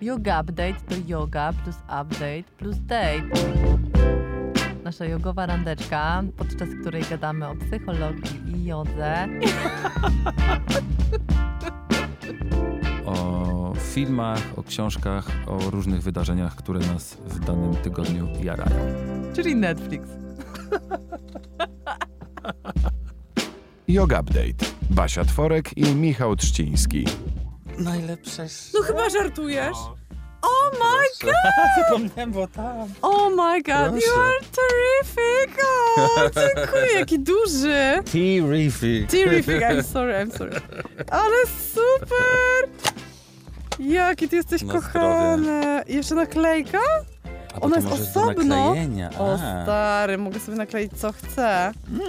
Yoga Update to yoga plus update plus date. Nasza jogowa randeczka, podczas której gadamy o psychologii i jodze. O filmach, o książkach, o różnych wydarzeniach, które nas w danym tygodniu jarają. Czyli Netflix. Yoga Update. Basia Tworek i Michał Trzciński. Najlepsze. No chyba żartujesz. Oh my god! Zapomniałem, bo tam. Oh my god, Proszę. you are terrific! O, dziękuję, jaki duży! Terrific, I'm sorry. Ale super! Jaki ty jesteś Na kochany! Jeszcze naklejka? Ona jest osobno. O A, stary, mogę sobie nakleić co chcę.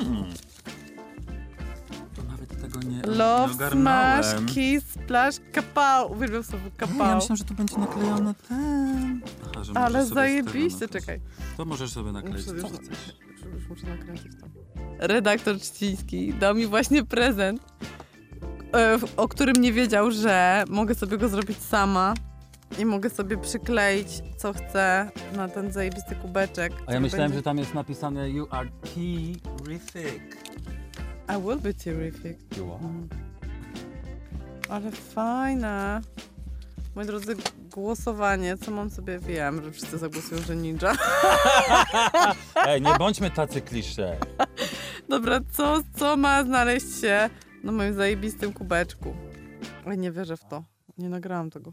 to nawet tego nie Love, ogarnąłem. smash, kiss, splash, kapał. Uwielbiam słowo Ja kapał. myślałem, że tu będzie naklejone ten. Aha, że możesz Ale sobie z zajebiście, tego czekaj. To możesz sobie nakleić, Muszę co już- chcesz. Już muszę nakręcić to. Redaktor Trzciński dał mi właśnie prezent, o którym nie wiedział, że mogę sobie go zrobić sama i mogę sobie przykleić, co chcę na ten zajebisty kubeczek. A ja myślałem, że tam jest napisane You are terrific. I will be terrific. You are. Ale fajne. Moi drodzy, głosowanie, co mam sobie, wiem, że wszyscy zagłosują, że ninja. Ej, nie bądźmy tacy klisze. Dobra, co ma znaleźć się na moim zajebistym kubeczku? Oj, nie wierzę w to. Nie nagrałam tego.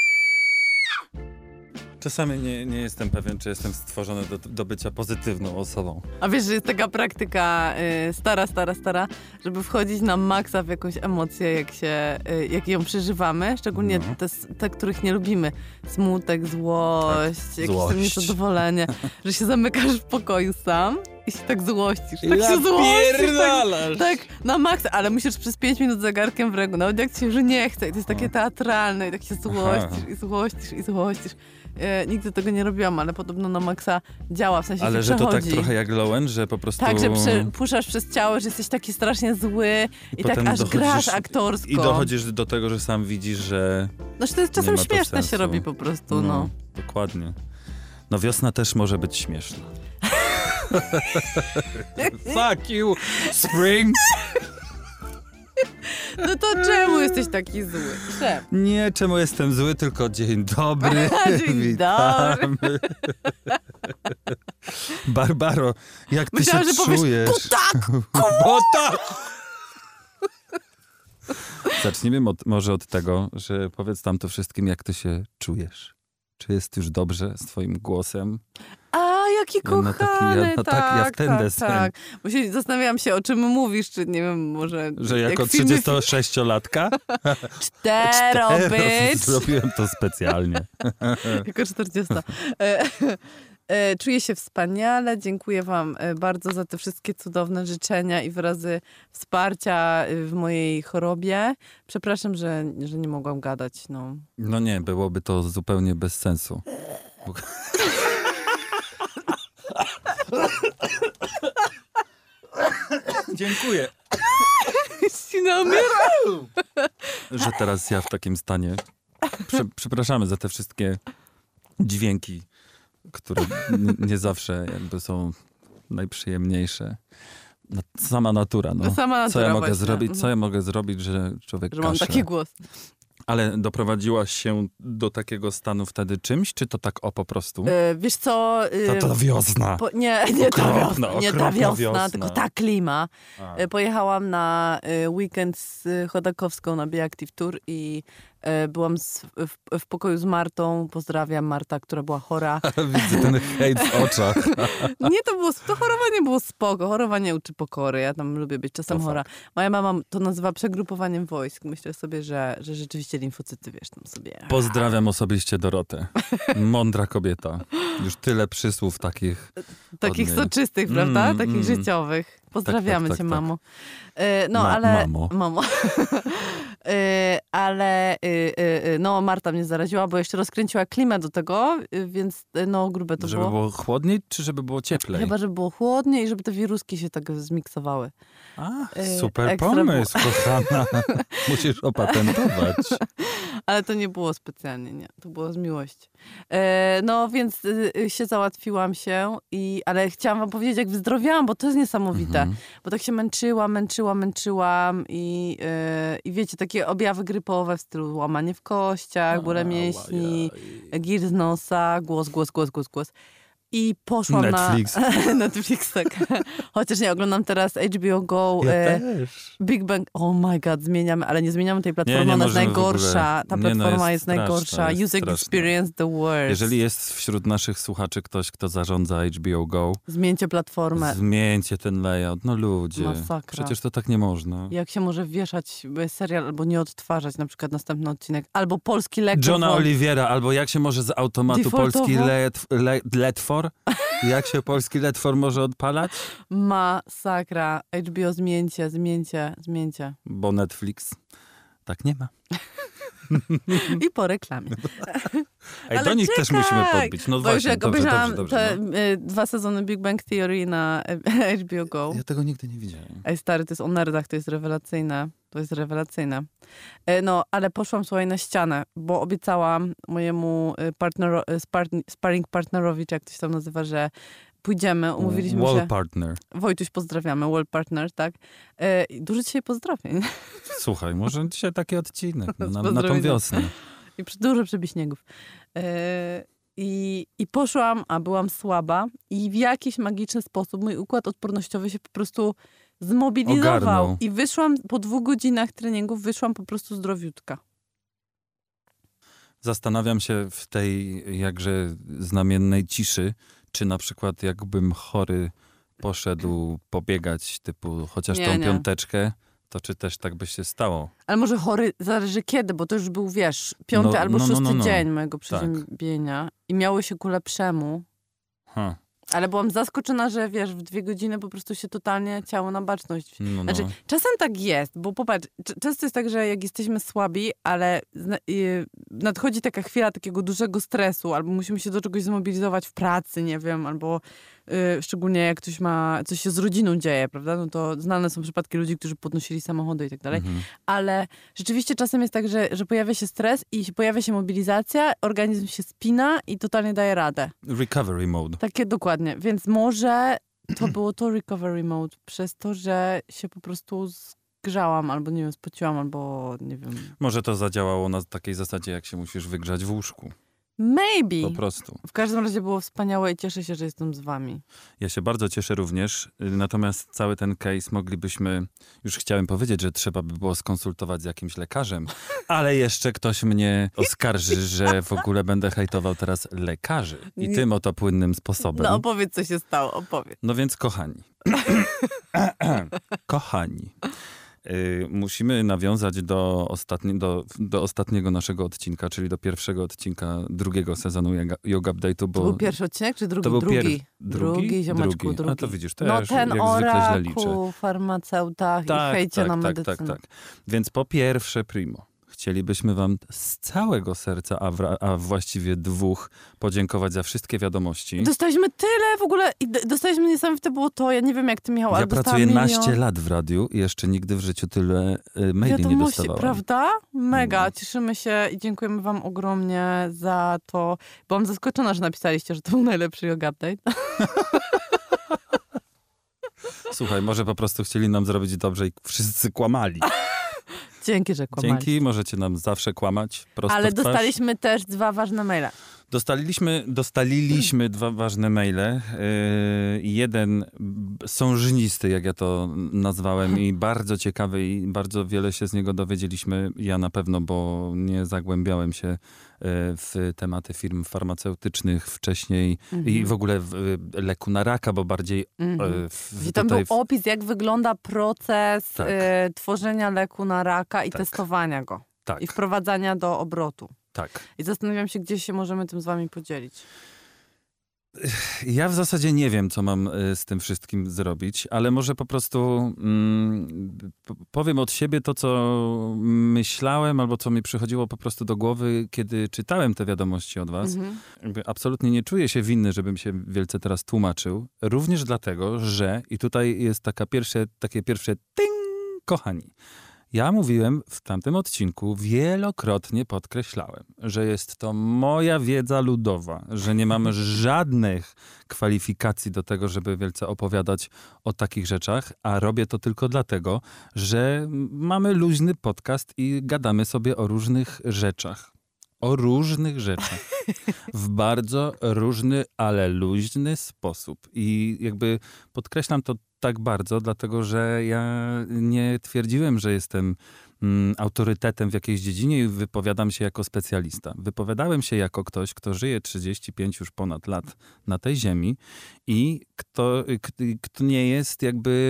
Czasami nie jestem pewien, czy jestem stworzony do bycia pozytywną osobą. A wiesz, że jest taka praktyka stara, żeby wchodzić na maksa w jakąś emocję, jak ją przeżywamy, szczególnie te, których nie lubimy. Smutek, złość, jakieś tam niezadowolenie, że się zamykasz w pokoju sam i się tak złościsz. Tak się złościsz. Tak, na maksa, ale musisz przez 5 minut zegarkiem w ręku, nawet jak ci się już nie chce i to jest takie teatralne i tak się złościsz. Nigdy tego nie robiłam, ale podobno na maksa działa, w sensie Ale się że to przechodzi. tak trochę jak Lowen, że po prostu... Tak, że puszasz przez ciało, że jesteś taki strasznie zły i tak potem aż grasz dochodzisz- aktorsko. I dochodzisz do tego, że sam widzisz, że... No, że to jest nie czasem ma to śmieszne się sensu. robi po prostu, no. Dokładnie. No wiosna też może być śmieszna. Fuck you, spring! No to czemu jesteś taki zły? Czemu? Nie, czemu jestem zły, tylko dzień dobry. Dzień Witamy. Barbaro, jak ty Myślałam, się że powiesz, czujesz? Bo tak! Zacznijmy może od tego, że powiedz tam to wszystkim, jak ty się czujesz. Czy jest już dobrze z twoim głosem? A, jaki kochany, ja w ten deseń. tak. Zastanawiałam się, o czym mówisz, czy nie wiem, może... Że jako jak filmy- 36-latka? Czterobyt! Zrobiłem to specjalnie. Jako 40. Czuję się wspaniale. Dziękuję wam bardzo za te wszystkie cudowne życzenia i wyrazy wsparcia w mojej chorobie. Przepraszam, że nie mogłam gadać. No. No nie, byłoby to zupełnie bez sensu. Dziękuję. Że teraz ja w takim stanie. Przepraszamy za te wszystkie dźwięki, które nie zawsze jakby są najprzyjemniejsze. Sama natura, no. Sama natura Co ja mogę właśnie. zrobić? Co ja mogę zrobić, że człowiek Że mam kaszle? taki głos. Ale doprowadziłaś się do takiego stanu wtedy czymś, czy to tak po prostu? Wiesz co? To wiosna. Nie ta wiosna, nie ta okropna wiosna, wiosna. tylko ta klima. Pojechałam na weekend z Chodakowską na Be Active Tour i byłam w pokoju z Martą. Pozdrawiam, Marta, która była chora. Widzę ten hejt w oczach. Nie, to chorowanie było spoko. Chorowanie uczy pokory. Ja tam lubię być czasem To chora. Moja mama to nazywa przegrupowaniem wojsk. Myślę sobie, że rzeczywiście limfocyty, wiesz, tam sobie... Pozdrawiam osobiście Dorotę. Mądra kobieta. Już tyle przysłów takich. Takich od niej. soczystych, prawda? Takich życiowych. Pozdrawiamy tak, cię, tak. mamo. Ale... Mamo. Ale no Marta mnie zaraziła, bo jeszcze rozkręciła klimę do tego, więc no grube to Żeby było chłodniej, czy żeby było cieplej? Chyba, żeby było chłodniej i żeby te wiruski się tak zmiksowały. Super ekstra pomysł, kochana. Musisz opatentować. Ale to nie było specjalnie, nie. To było z miłości. No więc się załatwiłam się, ale chciałam wam powiedzieć, jak wyzdrowiałam, bo to jest niesamowite. Bo tak się męczyłam i wiecie, takie objawy grypowe w stylu łamanie w kościach, bóle mięśni, gir z nosa, głos. I poszłam Netflix. na Netflix, tak. Chociaż nie, oglądam teraz HBO Go. Ja też. Big Bang. Oh my god, zmieniamy, ale nie zmieniamy tej platformy, Nie ona jest możemy najgorsza. Ta platforma jest straszna, najgorsza. jest User straszna. experience the worst. Jeżeli jest wśród naszych słuchaczy ktoś, kto zarządza HBO Go, Zmieńcie platformę. zmieńcie ten layout. No ludzie, Masakra. przecież to tak nie można. Jak się może wieszać serial albo nie odtwarzać na przykład następny odcinek. Albo polski lektor. Johna Oliviera, albo jak się może z automatu Defaultowo? polski letfor? Jak się polski letfor może odpalać? Masakra. HBO zmieńcie. Bo Netflix tak nie ma. I po reklamie. Ej, Ale do nich też czekaj, musimy podbić. No Bo już właśnie, jak dobrze. obejrzałam No. te 2 sezony Big Bang Theory na HBO Go. Ja tego nigdy nie widziałem. Ej stary, to jest o nerdach, to jest rewelacyjne. No, ale poszłam, słuchaj, na ścianę, bo obiecałam mojemu sparring partnerowi, czy jak to się tam nazywa, że pójdziemy, umówiliśmy Wall się. partner. Wojtuś, pozdrawiamy, wall partner, tak? Dużo dzisiaj pozdrowień. Słuchaj, może dzisiaj taki odcinek na tą Pozdrowienia. wiosnę. I dużo przebiśniegów. I poszłam, a byłam słaba i w jakiś magiczny sposób mój układ odpornościowy się po prostu zmobilizował. Ogarnął. I wyszłam, po 2 godzinach treningów, wyszłam po prostu zdrowiutka. Zastanawiam się w tej jakże znamiennej ciszy, czy na przykład jakbym chory poszedł pobiegać typu chociaż Nie, tą nie. piąteczkę, to czy też tak by się stało? Ale może chory, zależy kiedy, bo to już był, wiesz, 5. No, albo 6. no. dzień mojego przeziębienia. I miały się ku lepszemu. Ale byłam zaskoczona, że wiesz, w 2 godziny po prostu się totalnie ciało na baczność. No. Znaczy, czasem tak jest, bo popatrz, często jest tak, że jak jesteśmy słabi, ale nadchodzi taka chwila takiego dużego stresu, albo musimy się do czegoś zmobilizować w pracy, nie wiem, albo szczególnie jak coś się z rodziną dzieje, prawda? No to znane są przypadki ludzi, którzy podnosili samochody i tak dalej. Ale rzeczywiście czasem jest tak, że pojawia się stres i pojawia się mobilizacja, organizm się spina i totalnie daje radę. Recovery mode. Takie dokładnie. Więc może to było to recovery mode przez to, że się po prostu zgrzałam, albo nie wiem, spociłam, albo nie wiem. Może to zadziałało na takiej zasadzie, jak się musisz wygrzać w łóżku. Maybe. Po prostu. W każdym razie było wspaniałe i cieszę się, że jestem z wami. Ja się bardzo cieszę również, natomiast cały ten case moglibyśmy, już chciałem powiedzieć, że trzeba by było skonsultować z jakimś lekarzem, ale jeszcze ktoś mnie oskarży, że w ogóle będę hejtował teraz lekarzy i tym oto płynnym sposobem. No opowiedz, co się stało, opowiedz. No więc kochani, musimy nawiązać do ostatniego naszego odcinka, czyli do pierwszego odcinka 2. sezonu Yoga Update'u. Bo To był pierwszy odcinek, czy drugi? to był Drugi, ziomeczku, drugi. A to widzisz, też no ten jak o zwykle źle liczę. raku, farmaceutach i hejcie na medycynę. Tak. Więc po pierwsze, primo, chcielibyśmy wam z całego serca, a właściwie 2, podziękować za wszystkie wiadomości. Dostaliśmy tyle w ogóle i dostaliśmy niesamowite było to, ja nie wiem jak ty, Michał, Ja ale pracuję dostałam naście lat w radiu i jeszcze nigdy w życiu tyle maili nie dostawałem. Prawda? Mega, No. cieszymy się i dziękujemy wam ogromnie za to. Byłam zaskoczona, że napisaliście, że to był najlepszy Yoga Update. Słuchaj, może po prostu chcieli nam zrobić dobrze i wszyscy kłamali. Dzięki, że kłamaliście. Dzięki, możecie nam zawsze kłamać prosto Ale w twarz. dostaliśmy też 2 ważne maile. Dostaliśmy 2 ważne maile. Jeden sążnisty, jak ja to nazwałem, i bardzo ciekawy i bardzo wiele się z niego dowiedzieliśmy. Ja na pewno, bo nie zagłębiałem się w tematy firm farmaceutycznych wcześniej i w ogóle w leku na raka, bo bardziej Gdzie tam był opis, jak wygląda proces tworzenia leku na raka i testowania go. Tak. I wprowadzania do obrotu. Tak. I zastanawiam się, gdzie się możemy tym z wami podzielić. Ja w zasadzie nie wiem, co mam z tym wszystkim zrobić, ale może po prostu powiem od siebie to, co myślałem albo co mi przychodziło po prostu do głowy, kiedy czytałem te wiadomości od was. Jakby absolutnie nie czuję się winny, żebym się wielce teraz tłumaczył. Również dlatego, że i tutaj jest takie pierwsze ting, kochani. Ja mówiłem w tamtym odcinku, wielokrotnie podkreślałem, że jest to moja wiedza ludowa, że nie mamy żadnych kwalifikacji do tego, żeby wielce opowiadać o takich rzeczach, a robię to tylko dlatego, że mamy luźny podcast i gadamy sobie o różnych rzeczach. O różnych rzeczach. W bardzo różny, ale luźny sposób. I jakby podkreślam to tak bardzo, dlatego że ja nie twierdziłem, że jestem autorytetem w jakiejś dziedzinie i wypowiadam się jako specjalista. Wypowiadałem się jako ktoś, kto żyje 35 już ponad lat na tej ziemi i kto nie jest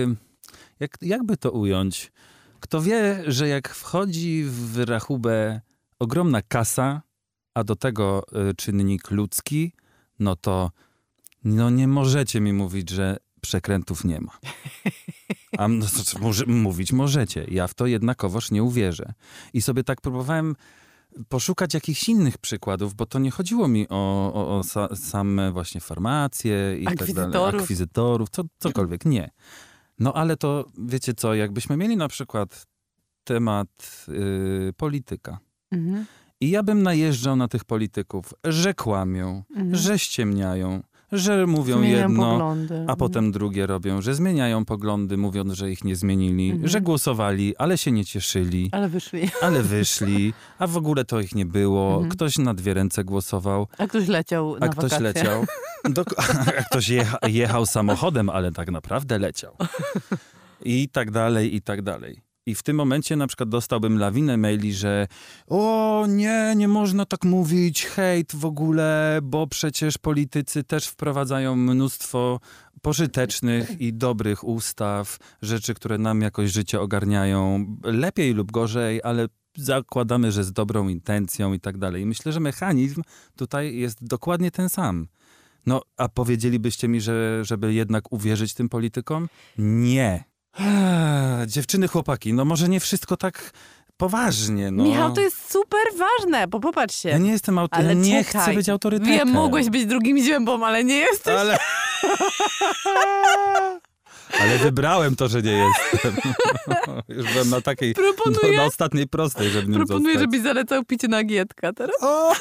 jakby to ująć, kto wie, że jak wchodzi w rachubę ogromna kasa, a do tego czynnik ludzki, no to nie możecie mi mówić, że przekrętów nie ma. A mówić możecie. Ja w to jednakowoż nie uwierzę. I sobie tak próbowałem poszukać jakichś innych przykładów, bo to nie chodziło mi o same właśnie farmacje i tak dalej, akwizytorów, cokolwiek. Nie. No ale to, wiecie co, jakbyśmy mieli na przykład temat polityka. Mhm. I ja bym najeżdżał na tych polityków, że kłamią, że ściemniają, że mówią zmieniają jedno, poglądy. A potem drugie robią, że zmieniają poglądy, mówiąc, że ich nie zmienili, że głosowali, ale się nie cieszyli. Ale wyszli, a w ogóle to ich nie było. Ktoś na 2 ręce głosował. A ktoś leciał na wakacje. A ktoś jechał samochodem, ale tak naprawdę leciał. I tak dalej, i tak dalej. I w tym momencie na przykład dostałbym lawinę maili, że o nie można tak mówić, hejt w ogóle, bo przecież politycy też wprowadzają mnóstwo pożytecznych i dobrych ustaw, rzeczy, które nam jakoś życie ogarniają, lepiej lub gorzej, ale zakładamy, że z dobrą intencją i tak dalej. I myślę, że mechanizm tutaj jest dokładnie ten sam. No, a powiedzielibyście mi, żeby jednak uwierzyć tym politykom? Nie. Dziewczyny, chłopaki, no może nie wszystko tak poważnie. No. Michał, to jest super ważne, bo popatrz się. Ja nie jestem ja nie chcę być autorytetem. Wiem, mogłeś być drugim ziębą, ale nie jesteś. Ale wybrałem to, że nie jestem. Już byłem na takiej, na ostatniej prostej, żeby nie zostać. Proponuję, żebyś zalecał picie nagietka teraz.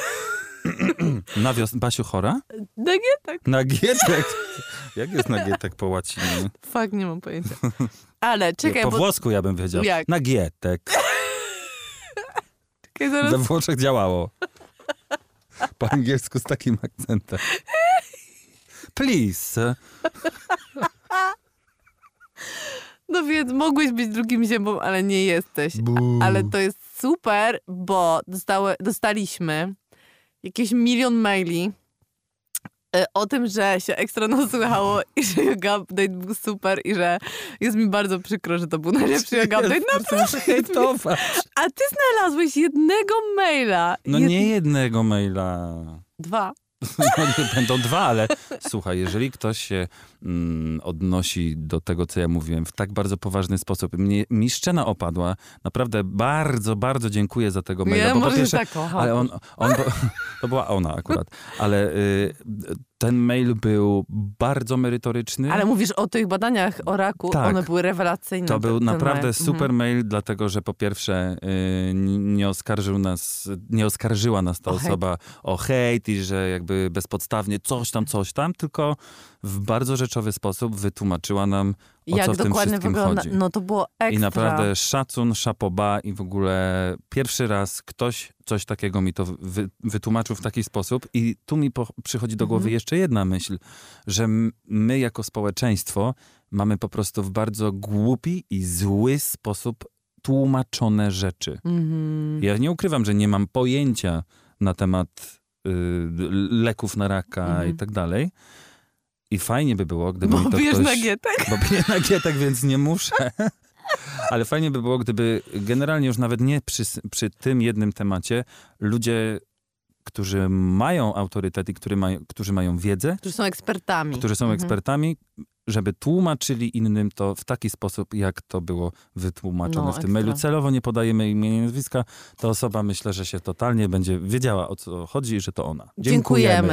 Na Basiu chora? Nagietek. Nagietek? Jak jest nagietek po łacinie? Fakt, nie mam pojęcia. Ale czekaj, po włosku ja bym wiedział. Jak? Nagietek. Czekaj, zaraz. We Włoszech działało. Po angielsku z takim akcentem. Please. No więc mogłeś być drugim ziębą, ale nie jesteś. Ale to jest super, bo dostaliśmy jakieś 1 000 000 maili o tym, że się ekstra nasłuchało i że Yoga Update był super i że jest mi bardzo przykro, że to był najlepszy Yoga Update. A ty znalazłeś jednego maila. No nie jednego maila. 2. No, będą 2, ale słuchaj, jeżeli ktoś się odnosi do tego, co ja mówiłem w tak bardzo poważny sposób, mi szczena opadła, naprawdę bardzo, bardzo dziękuję za tego maila. Bo po pierwsze, tak ale to była ona akurat, ale ten mail był bardzo merytoryczny. Ale mówisz o tych badaniach o raku, tak, one były rewelacyjne. To był naprawdę super mail, dlatego że po pierwsze nie oskarżyła nas ta osoba o hejt i że jakby bezpodstawnie coś tam, tylko w bardzo rzeczowy sposób wytłumaczyła nam, o co w tym wszystkim chodzi. No to było ekstra. I naprawdę szacun, szapoba i w ogóle pierwszy raz ktoś coś takiego mi to wytłumaczył w taki sposób i tu mi przychodzi do głowy jeszcze jedna myśl, że my jako społeczeństwo mamy po prostu w bardzo głupi i zły sposób tłumaczone rzeczy. Ja nie ukrywam, że nie mam pojęcia na temat leków na raka i tak dalej. I fajnie by było, gdyby mi to ktoś... nagietek? Bo piję nagietek, więc nie muszę. Ale fajnie by było, gdyby generalnie już nawet nie przy tym jednym temacie ludzie, którzy mają autorytet i którzy mają wiedzę... Którzy są ekspertami. Ekspertami, żeby tłumaczyli innym to w taki sposób, jak to było wytłumaczone w tym mailu. Celowo nie podajemy imienia i nazwiska. Ta osoba, myślę, że się totalnie będzie wiedziała, o co chodzi i że to ona. Dziękujemy.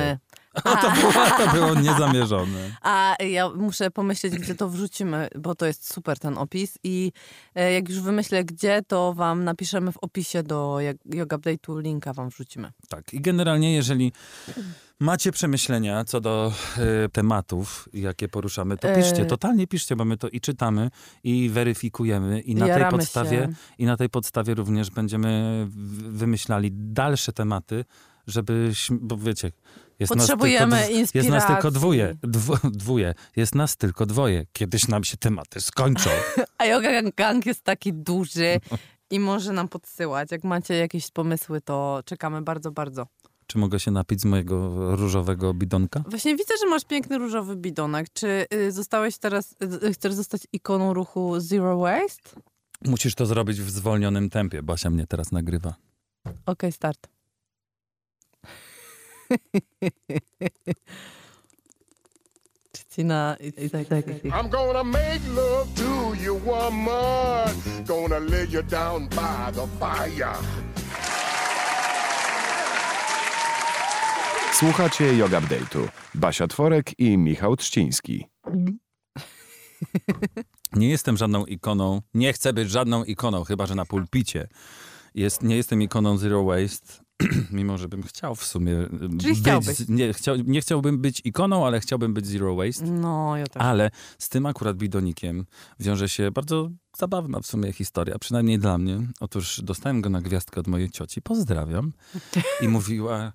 To było niezamierzone. A ja muszę pomyśleć, gdzie to wrzucimy, bo to jest super ten opis i jak już wymyślę gdzie, to wam napiszemy w opisie do Yoga Update'u, linka wam wrzucimy. Tak, i generalnie jeżeli macie przemyślenia co do tematów, jakie poruszamy, to piszcie, totalnie piszcie, bo my to i czytamy, i weryfikujemy, i na tej podstawie również będziemy wymyślali dalsze tematy, bo wiecie, potrzebujemy inspiracji. Jest nas tylko dwóje. Jest nas tylko dwoje. Kiedyś nam się tematy skończą. A Yoga Gang jest taki duży i może nam podsyłać. Jak macie jakieś pomysły, to czekamy bardzo, bardzo. Czy mogę się napić z mojego różowego bidonka? Właśnie widzę, że masz piękny różowy bidonek. Czy chcesz zostać ikoną ruchu Zero Waste? Musisz to zrobić w zwolnionym tempie. Basia mnie teraz nagrywa. Okej, start. I'm gonna make love to you, woman. Gonna lay you down by the fire. Słuchacie Yoga Update'u. Basia Tworek i Michał Trzciński. Nie jestem żadną ikoną. Nie chcę być żadną ikoną, chyba że na pulpicie. Nie jestem ikoną Zero Waste. Mimo, że bym chciał w sumie nie chciałbym być ikoną, ale chciałbym być Zero Waste. No, ja też. Ale z tym akurat bidonikiem wiąże się bardzo zabawna w sumie historia, przynajmniej dla mnie. Otóż dostałem go na gwiazdkę od mojej cioci, pozdrawiam. I mówiła,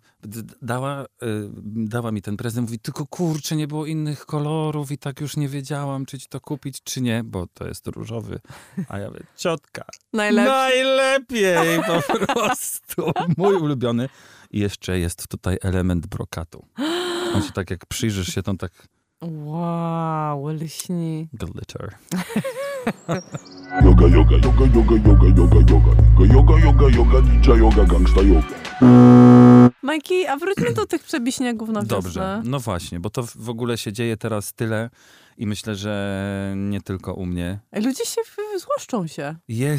dała mi ten prezent, mówi, tylko kurczę, nie było innych kolorów i tak już nie wiedziałam, czy ci to kupić, czy nie, bo to jest różowy. A ja mówię, ciotka, najlepiej po prostu. Mój ulubiony. I jeszcze jest tutaj element brokatu. On się tak, jak przyjrzysz się, to tak... Wow, lśni. Glitter. Yoga, yoga, yoga, yoga, yoga, yoga, yoga. Yoga, yoga, yoga, ninja yoga, gangsta yoga. Majki, a wróćmy do tych przebiśniegów na wiosnę. Dobrze, no właśnie, bo to w ogóle się dzieje teraz tyle i myślę, że nie tylko u mnie. Ludzie się złoszczą się.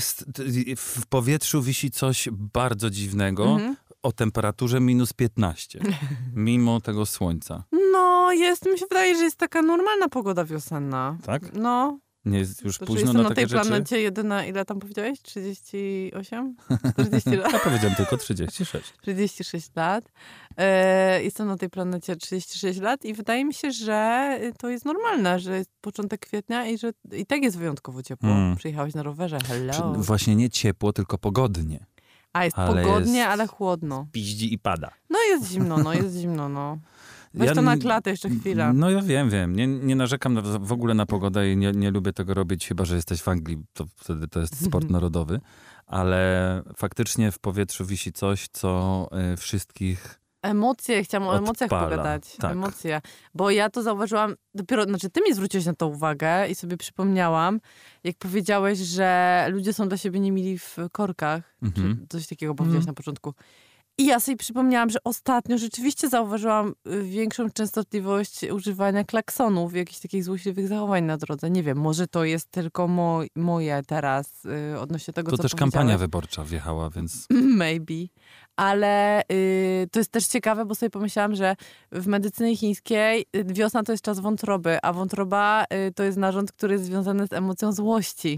W powietrzu wisi coś bardzo dziwnego o temperaturze -15, mimo tego słońca. No, mi się wydaje, że jest taka normalna pogoda wiosenna. Tak? No. Nie jest już To, późno na tej takie rzeczy? planecie jedyna, ile tam powiedziałeś? 38? 40 lat? Ja powiedziałem tylko 36. 36 lat. Jestem na tej planecie 36 lat i wydaje mi się, że to jest normalne, że jest początek kwietnia i że i tak jest wyjątkowo ciepło. Przyjechałeś na rowerze, hello. Właśnie nie ciepło, tylko pogodnie. A jest pogodnie, ale chłodno. Piździ i pada. No jest zimno, no. Weź to na klatę jeszcze chwilę. No ja wiem. Nie narzekam w ogóle na pogodę i nie lubię tego robić, chyba że jesteś w Anglii, to wtedy to jest sport narodowy. Ale faktycznie w powietrzu wisi coś, co wszystkich Emocje, chciałam o emocjach pogadać. Tak. Emocje. Bo ja to zauważyłam dopiero, ty mi zwróciłeś na to uwagę i sobie przypomniałam, jak powiedziałeś, że ludzie są dla siebie niemili w korkach. Czy coś takiego powiedziałeś na początku. I ja sobie przypomniałam, że ostatnio rzeczywiście zauważyłam większą częstotliwość używania klaksonów, jakichś takich złośliwych zachowań na drodze. Nie wiem, może to jest tylko moje teraz odnośnie tego, to co też powiedziałeś. kampania wyborcza wjechała, więc... Maybe. Ale to jest też ciekawe, bo sobie pomyślałam, że w medycynie chińskiej wiosna to jest czas wątroby, a wątroba to jest narząd, który jest związany z emocją złości.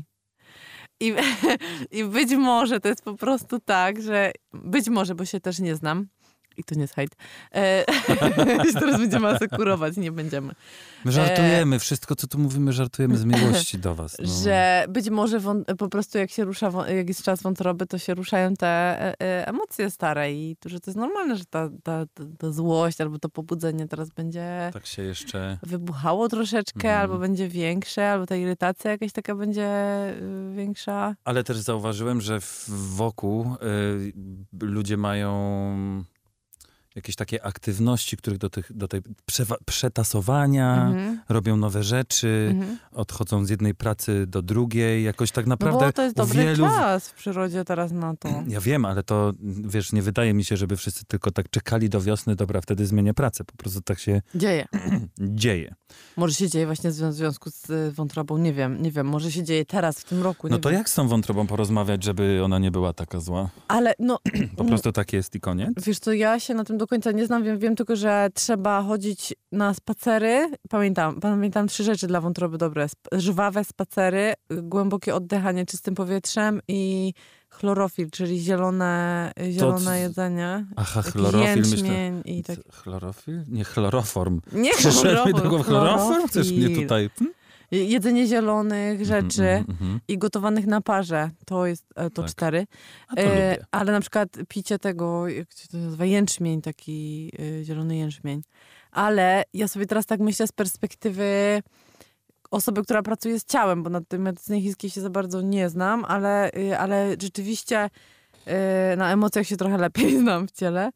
I być może to jest po prostu tak, że być może, bo się też nie znam, i to nie jest hejt, teraz będziemy asekurować, nie będziemy. My żartujemy, wszystko co tu mówimy żartujemy z miłości do was. No. Że być może po prostu jak się rusza, jak jest czas wątroby, to się ruszają te emocje stare i że to jest normalne, że ta złość albo to pobudzenie teraz będzie tak się jeszcze wybuchało troszeczkę, albo będzie większe, albo ta irytacja jakaś taka będzie większa. Ale też zauważyłem, że wokół ludzie mają jakieś takie aktywności, których do tej przetasowania, robią nowe rzeczy, odchodzą z jednej pracy do drugiej, jakoś tak naprawdę... No bo to jest dobry czas w przyrodzie teraz na to. Ja wiem, ale to, wiesz, nie wydaje mi się, żeby wszyscy tylko tak czekali do wiosny, dobra, wtedy zmienię pracę. Po prostu tak się dzieje. Może się dzieje właśnie w związku z wątrobą, nie wiem, może się dzieje teraz, w tym roku. No to jak z tą wątrobą porozmawiać, żeby ona nie była taka zła? Ale no... Po prostu tak jest i koniec? Wiesz co, ja się na tym do końca nie znam, wiem tylko, że trzeba chodzić na spacery. Pamiętam 3 rzeczy dla wątroby dobre. Żwawe spacery, głębokie oddychanie czystym powietrzem i chlorofil, czyli zielone jedzenie. Aha, chlorofil, myślę. I tak. Chlorofil? Nie, chloroform. Nie, Przyszedł mi do głowy chloroform? Chcesz mnie tutaj... Jedzenie zielonych rzeczy i gotowanych na parze. To jest to Tak. 4. A to lubię. Ale na przykład picie tego, jak się to nazywa, jęczmień, taki zielony jęczmień. Ale ja sobie teraz tak myślę z perspektywy osoby, która pracuje z ciałem, bo na tej medycynie chińskiej się za bardzo nie znam, ale rzeczywiście na emocjach się trochę lepiej znam w ciele.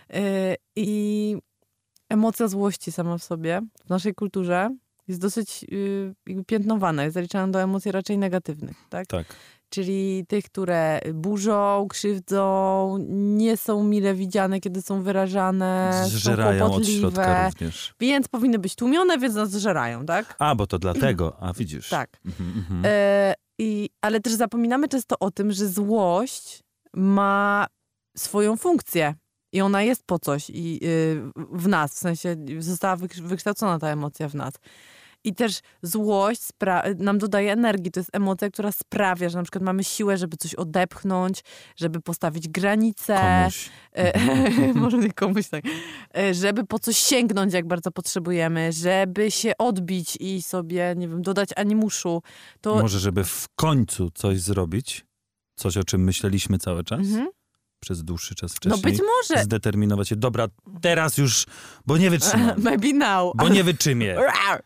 I emocja złości sama w sobie, w naszej kulturze, jest dosyć jakby piętnowana, jest zaliczana do emocji raczej negatywnych, tak? Tak. Czyli tych, które burzą, krzywdzą, nie są mile widziane, kiedy są wyrażane, Zżerają są od kłopotliwe, środka również. więc powinny być tłumione, więc nas zżerają, tak? A, bo to dlatego. A, widzisz. Tak. Mhm. Ale też zapominamy często o tym, że złość ma swoją funkcję. I ona jest po coś w nas, w sensie została wykształcona ta emocja w nas. I też złość nam dodaje energii. To jest emocja, która sprawia, że na przykład mamy siłę, żeby coś odepchnąć, żeby postawić granice. Komuś. Może nie komuś tak. Żeby po coś sięgnąć, jak bardzo potrzebujemy, żeby się odbić i sobie, nie wiem, dodać animuszu. To... Może, żeby w końcu coś zrobić, coś, o czym myśleliśmy cały czas, przez dłuższy czas wcześniej. No być może. Zdeterminować się, dobra, teraz już, bo nie wytrzymam. Maybe now. Bo nie wytrzymię.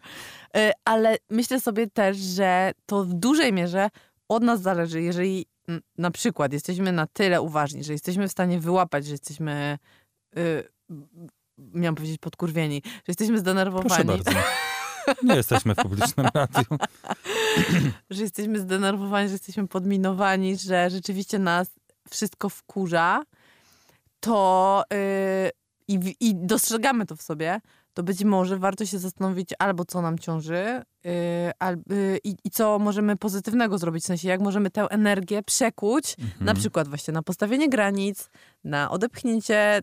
Ale myślę sobie też, że to w dużej mierze od nas zależy, jeżeli na przykład jesteśmy na tyle uważni, że jesteśmy w stanie wyłapać, że jesteśmy, miałam powiedzieć podkurwieni, że jesteśmy zdenerwowani. Proszę bardzo. Nie jesteśmy w publicznym radiu. Że jesteśmy zdenerwowani, że jesteśmy podminowani, że rzeczywiście nas wszystko wkurza, to i dostrzegamy to w sobie, to być może warto się zastanowić albo co nam ciąży i co możemy pozytywnego zrobić. W sensie jak możemy tę energię przekuć na przykład właśnie na postawienie granic, na odepchnięcie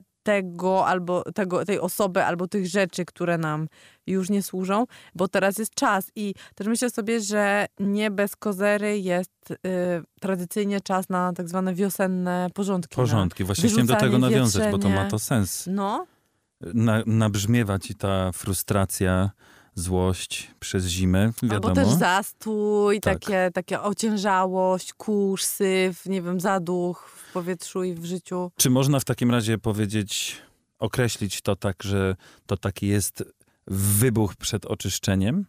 tej osoby albo tych rzeczy, które nam już nie służą, bo teraz jest czas i też myślę sobie, że nie bez kozery jest tradycyjnie czas na tak zwane wiosenne porządki. Porządki. Właśnie chciałem do tego nawiązać, bo to ma to sens. No. Nabrzmiewa ci ta frustracja, złość przez zimę, wiadomo. Albo też zastój, Tak. takie ociężałość, kurz, syf, nie wiem, zaduch w powietrzu i w życiu. Czy można w takim razie powiedzieć, określić to tak, że to taki jest wybuch przed oczyszczeniem?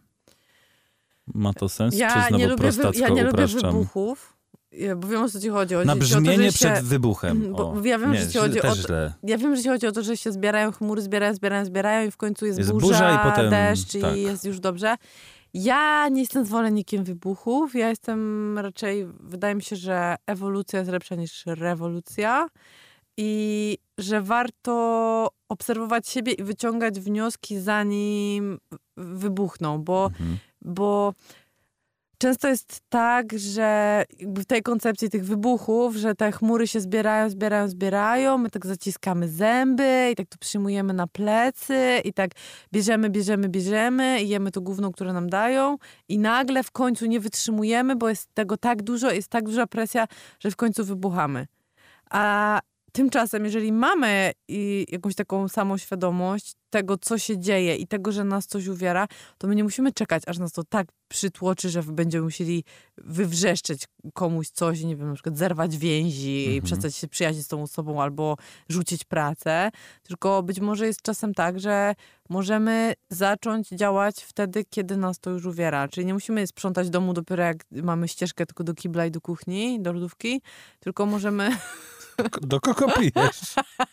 Ma to sens? Czy znowu prostacko ja nie lubię upraszczam? wybuchów, bo wiem, o co ci chodzi. Na brzmienie to, przed wybuchem. Bo ja wiem, nie, że ci chodzi o źle. Ja wiem, że ci chodzi o to, że się zbierają chmury, zbierają i w końcu jest burza i potem deszcz tak. i jest już dobrze. Ja nie jestem zwolennikiem wybuchów. Ja jestem raczej, wydaje mi się, że ewolucja jest lepsza niż rewolucja i że warto obserwować siebie i wyciągać wnioski, zanim wybuchną, bo często jest tak, że jakby w tej koncepcji tych wybuchów, że te chmury się zbierają, my tak zaciskamy zęby i tak to przyjmujemy na plecy i tak bierzemy i jemy to gówno, które nam dają i nagle w końcu nie wytrzymujemy, bo jest tego tak dużo, jest tak duża presja, że w końcu wybuchamy. A tymczasem, jeżeli mamy jakąś taką samoświadomość tego, co się dzieje i tego, że nas coś uwiera, to my nie musimy czekać, aż nas to tak przytłoczy, że będziemy musieli wywrzeszczeć komuś coś, nie wiem, na przykład zerwać więzi i przestać się przyjaźnić z tą osobą albo rzucić pracę. Tylko być może jest czasem tak, że możemy zacząć działać wtedy, kiedy nas to już uwiera. Czyli nie musimy sprzątać domu dopiero jak mamy ścieżkę tylko do kibla i do kuchni, do lodówki, tylko możemy... Do kogo pijesz?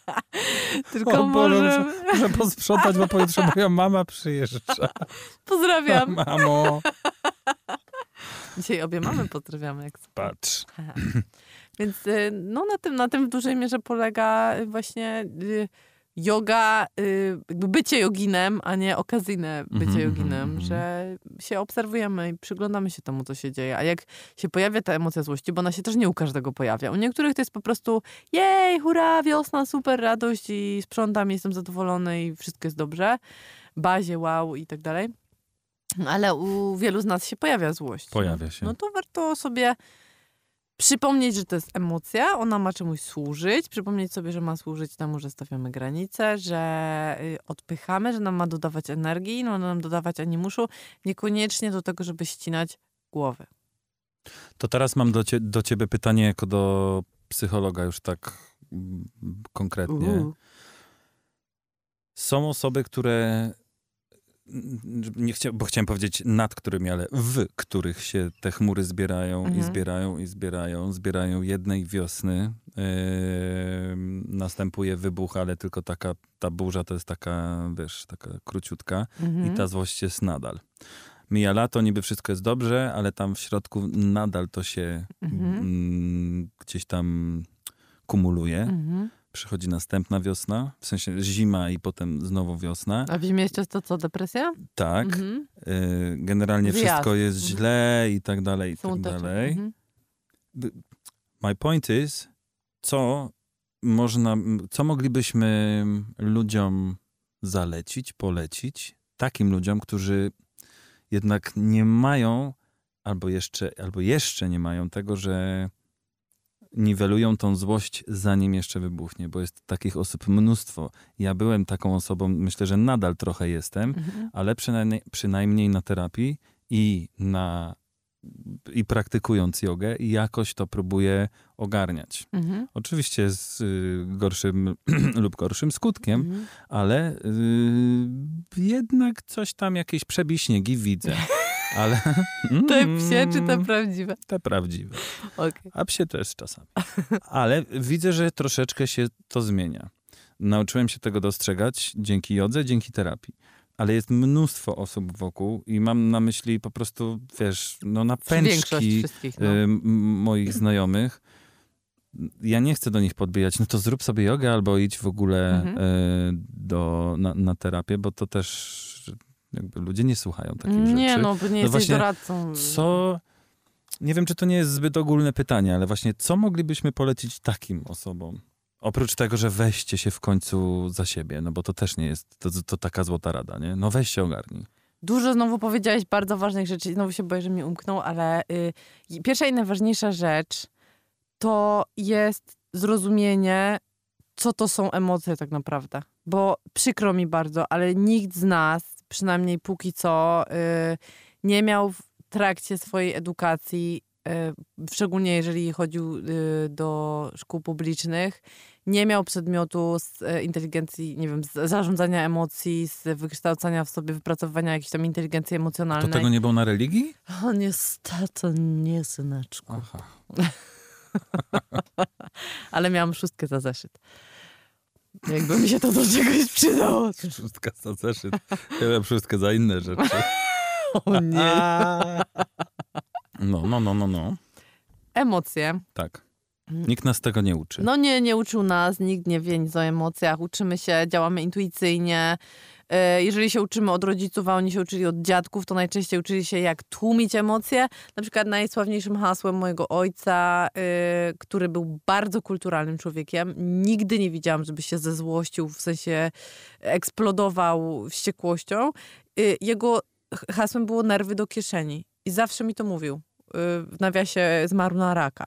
Tylko możemy... Muszę posprzątać, bo pojutrze moja mama przyjeżdża. Pozdrawiam. Mamo. Dzisiaj obie mamy pozdrawiamy. Jak Patrz. Więc no, na tym w dużej mierze polega właśnie yoga, jakby bycie joginem, a nie okazyjne bycie joginem, że się obserwujemy i przyglądamy się temu, co się dzieje. A jak się pojawia ta emocja złości, bo ona się też nie u każdego pojawia. U niektórych to jest po prostu jej, hurra, wiosna, super, radość i sprzątam, jestem zadowolony i wszystko jest dobrze. Bazie, wow i tak dalej. Ale u wielu z nas się pojawia złość. Pojawia się. No to warto sobie przypomnieć, że to jest emocja, ona ma czemuś służyć, przypomnieć sobie, że ma służyć temu, że stawiamy granice, że odpychamy, że nam ma dodawać energii, ma nam dodawać animuszu, niekoniecznie do tego, żeby ścinać głowy. To teraz mam do ciebie pytanie jako do psychologa już tak konkretnie. Są osoby, które bo chciałem powiedzieć nad którymi, ale w których się te chmury zbierają i zbierają i zbierają jednej wiosny. Następuje wybuch, ale tylko ta burza to jest taka, wiesz, taka króciutka i ta złość jest nadal. Mija lato, niby wszystko jest dobrze, ale tam w środku nadal to się gdzieś tam kumuluje. Przychodzi następna wiosna, w sensie zima i potem znowu wiosna. A w zimie jest często co, depresja? Tak. Generalnie wszystko jest źle i tak dalej, i tak dalej. My point is, co moglibyśmy ludziom zalecić, polecić, takim ludziom, którzy jednak nie mają, albo jeszcze nie mają tego, że niwelują tą złość, zanim jeszcze wybuchnie, bo jest takich osób mnóstwo. Ja byłem taką osobą, myślę, że nadal trochę jestem, ale przynajmniej na terapii i praktykując jogę jakoś to próbuję ogarniać. Oczywiście z gorszym lub gorszym skutkiem, ale jednak coś tam, jakieś przebiśniegi widzę. Ale, te psie czy te prawdziwe? Te prawdziwe. Okay. A psie też czasami. Ale widzę, że troszeczkę się to zmienia. Nauczyłem się tego dostrzegać dzięki jodze, dzięki terapii. Ale jest mnóstwo osób wokół i mam na myśli po prostu, wiesz, na pęczki moich znajomych. Ja nie chcę do nich podbijać, no to zrób sobie jogę albo idź w ogóle na terapię, bo to też jakby ludzie nie słuchają takich rzeczy. Nie, bo nie jesteś doradcą. Nie wiem, czy to nie jest zbyt ogólne pytanie, ale właśnie co moglibyśmy polecić takim osobom? Oprócz tego, że weźcie się w końcu za siebie, no bo to też nie jest, to taka złota rada, nie? No weź się ogarnij. Dużo znowu powiedziałeś bardzo ważnych rzeczy. Znowu się boję, że mi umknął, ale pierwsza i najważniejsza rzecz to jest zrozumienie, co to są emocje tak naprawdę. Bo przykro mi bardzo, ale nikt z nas, przynajmniej póki co, nie miał w trakcie swojej edukacji, szczególnie jeżeli chodził do szkół publicznych, nie miał przedmiotu z inteligencji, nie wiem, z zarządzania emocji, z wykształcania w sobie, wypracowywania jakiejś tam inteligencji emocjonalnej. To tego nie było na religii? O, niestety nie, syneczku. Aha. Ale miałam 6 za zeszyt. Jakby mi się to do czegoś przydało. 6 za zeszyt. Ja miałem 6 za inne rzeczy. O nie. No. Emocje. Tak. Nikt nas tego nie uczy. No nie uczył nas, nikt nie wie nic o emocjach. Uczymy się, działamy intuicyjnie. Jeżeli się uczymy od rodziców, a oni się uczyli od dziadków, to najczęściej uczyli się, jak tłumić emocje. Na przykład najsławniejszym hasłem mojego ojca, który był bardzo kulturalnym człowiekiem, nigdy nie widziałam, żeby się zezłościł, w sensie eksplodował wściekłością. Jego hasłem było nerwy do kieszeni. I zawsze mi to mówił. W nawiasie zmarł na raka.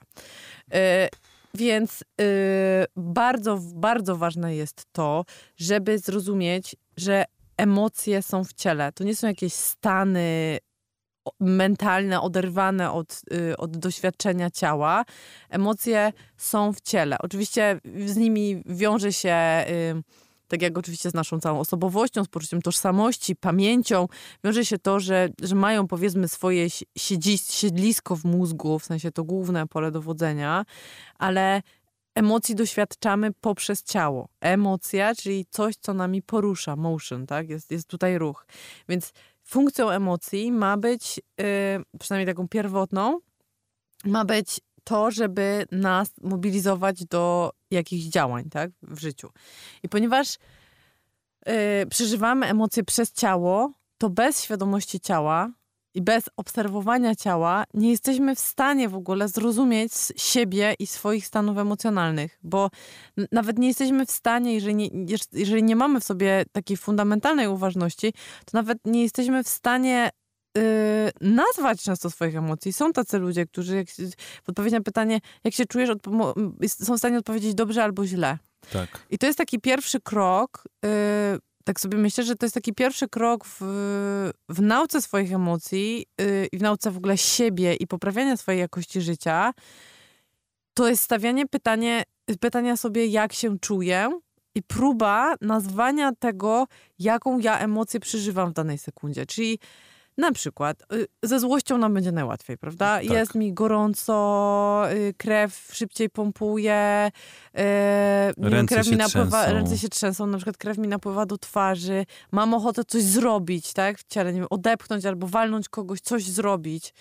Więc bardzo, bardzo ważne jest to, żeby zrozumieć, że emocje są w ciele. To nie są jakieś stany mentalne, oderwane od doświadczenia ciała. Emocje są w ciele. Oczywiście z nimi wiąże się, tak jak oczywiście z naszą całą osobowością, z poczuciem tożsamości, pamięcią, wiąże się to, że mają, powiedzmy, swoje siedlisko w mózgu, w sensie to główne pole dowodzenia, ale emocji doświadczamy poprzez ciało. Emocja, czyli coś, co nami porusza, motion, tak? Jest tutaj ruch. Więc funkcją emocji ma być, przynajmniej taką pierwotną, ma być to, żeby nas mobilizować do jakichś działań, tak? W życiu. I ponieważ przeżywamy emocje przez ciało, to bez świadomości ciała i bez obserwowania ciała nie jesteśmy w stanie w ogóle zrozumieć siebie i swoich stanów emocjonalnych, bo nawet nie jesteśmy w stanie, jeżeli nie mamy w sobie takiej fundamentalnej uważności, to nawet nie jesteśmy w stanie nazwać często swoich emocji. Są tacy ludzie, którzy w odpowiedzi na pytanie, jak się czujesz, są w stanie odpowiedzieć dobrze albo źle. Tak. I to jest taki pierwszy krok, tak sobie myślę, że to jest taki pierwszy krok w nauce swoich emocji i w nauce w ogóle siebie i poprawiania swojej jakości życia. To jest stawianie pytania sobie, jak się czuję i próba nazwania tego, jaką ja emocję przeżywam w danej sekundzie. Czyli na przykład ze złością nam będzie najłatwiej, prawda? Tak. Jest mi gorąco, krew szybciej pompuje, ręce się trzęsą, na przykład krew mi napływa do twarzy, mam ochotę coś zrobić, tak? W ciele, nie wiem, odepchnąć albo walnąć kogoś, coś zrobić.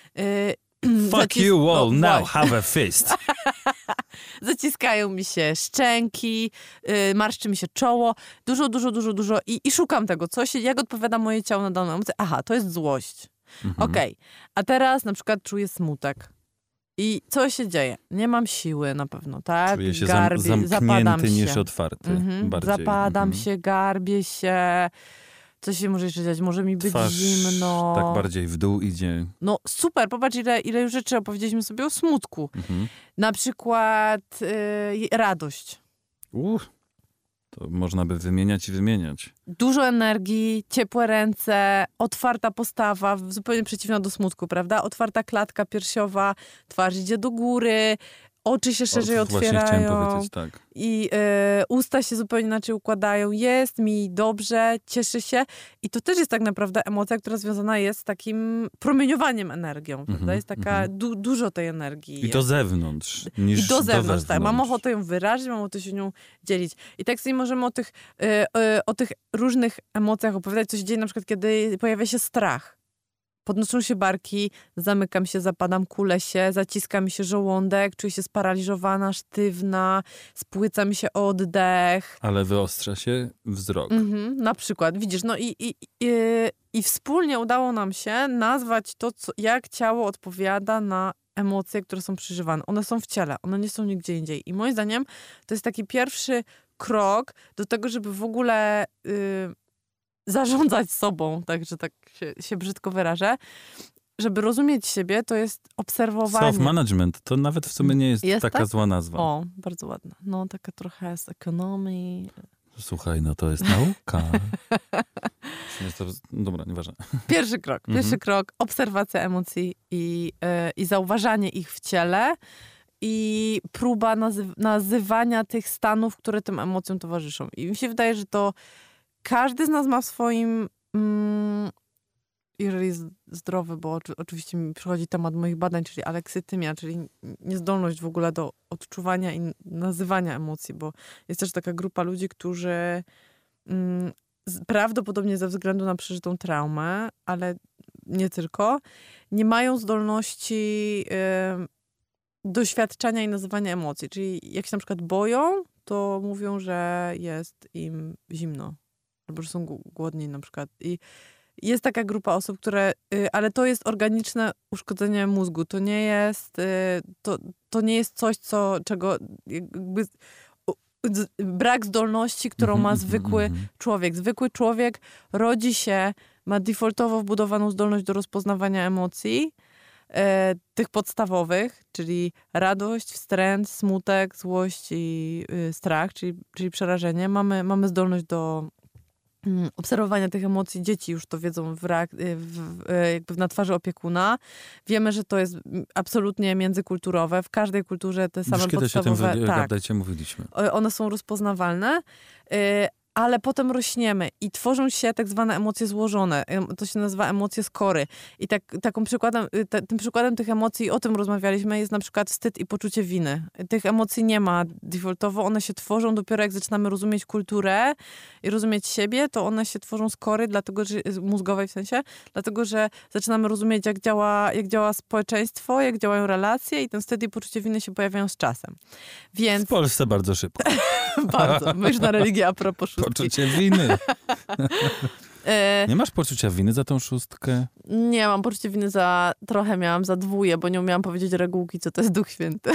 Fuck you all, now have a fist. Zaciskają mi się szczęki, marszczy mi się czoło, dużo i szukam tego, jak odpowiada moje ciało na daną emocję. Aha, to jest złość. Okej. A teraz na przykład czuję smutek. I co się dzieje? Nie mam siły na pewno, tak? Czuję się zamknięty niż otwarty. Zapadam się, garbię się. Co się może jeszcze dziać? Może mi być Twarz zimno. Tak bardziej w dół idzie. No super, popatrz ile już rzeczy opowiedzieliśmy sobie o smutku. Na przykład radość. To można by wymieniać i wymieniać. Dużo energii, ciepłe ręce, otwarta postawa, zupełnie przeciwna do smutku, prawda? Otwarta klatka piersiowa, twarz idzie do góry, oczy się szerzej otwierają. Właśnie chciałem powiedzieć, tak. I usta się zupełnie inaczej układają. Jest mi dobrze, cieszę się. I to też jest tak naprawdę emocja, która związana jest z takim promieniowaniem energią, prawda? Jest taka, dużo tej energii. I do zewnątrz niż do wewnątrz. Tak. Mam ochotę ją wyrazić, mam ochotę się nią dzielić. I tak sobie możemy o tych różnych emocjach opowiadać, co się dzieje na przykład, kiedy pojawia się strach. Podnoszą się barki, zamykam się, zapadam, kulę się, zaciska mi się żołądek, czuję się sparaliżowana, sztywna, spłyca mi się oddech. Ale wyostrza się wzrok. Na przykład, widzisz, no i wspólnie udało nam się nazwać to, jak ciało odpowiada na emocje, które są przeżywane. One są w ciele, one nie są nigdzie indziej. I moim zdaniem to jest taki pierwszy krok do tego, żeby w ogóle zarządzać sobą, także tak się brzydko wyrażę. Żeby rozumieć siebie, to jest obserwowanie. Self-management, to nawet w sumie nie jest taka tak? zła nazwa. O, bardzo ładna. No, taka trochę z ekonomii. Słuchaj, no to jest nauka. Dobra, nieważne. Pierwszy krok, obserwacja emocji i zauważanie ich w ciele i próba nazywania tych stanów, które tym emocjom towarzyszą. I mi się wydaje, że to każdy z nas ma w swoim, jeżeli jest zdrowy, bo oczywiście mi przychodzi temat moich badań, czyli aleksytymia, czyli niezdolność w ogóle do odczuwania i nazywania emocji, bo jest też taka grupa ludzi, którzy prawdopodobnie ze względu na przeżytą traumę, ale nie tylko, nie mają zdolności doświadczania i nazywania emocji. Czyli jak się na przykład boją, to mówią, że jest im zimno. Albo że są głodni na przykład. I jest taka grupa osób, które... ale to jest organiczne uszkodzenie mózgu. To nie jest... To nie jest coś, czego jakby... Brak zdolności, którą ma zwykły człowiek. Zwykły człowiek rodzi się, ma defaultowo wbudowaną zdolność do rozpoznawania emocji, tych podstawowych, czyli radość, wstręt, smutek, złość i strach, czyli przerażenie. Mamy zdolność do obserwowania tych emocji. Dzieci już to wiedzą jakby na twarzy opiekuna. Wiemy, że to jest absolutnie międzykulturowe. W każdej kulturze te same podstawowe... Kiedyś o tym mówiliśmy. One są rozpoznawalne. Ale potem rośniemy i tworzą się tak zwane emocje złożone. To się nazywa emocje skory. I tym przykładem tych emocji, o tym rozmawialiśmy, jest na przykład wstyd i poczucie winy. Tych emocji nie ma defaultowo, one się tworzą dopiero jak zaczynamy rozumieć kulturę i rozumieć siebie, to one się tworzą skory, dlatego że mózgowej w sensie, dlatego że zaczynamy rozumieć, jak działa społeczeństwo, jak działają relacje i ten wstyd i poczucie winy się pojawiają z czasem. Więc... W Polsce bardzo szybko. Bardzo. Myśl na religię a propos Poczucie winy. Nie masz poczucia winy za tą 6? Nie, mam poczucie winy trochę miałam za 2, bo nie umiałam powiedzieć regułki, co to jest Duch Święty.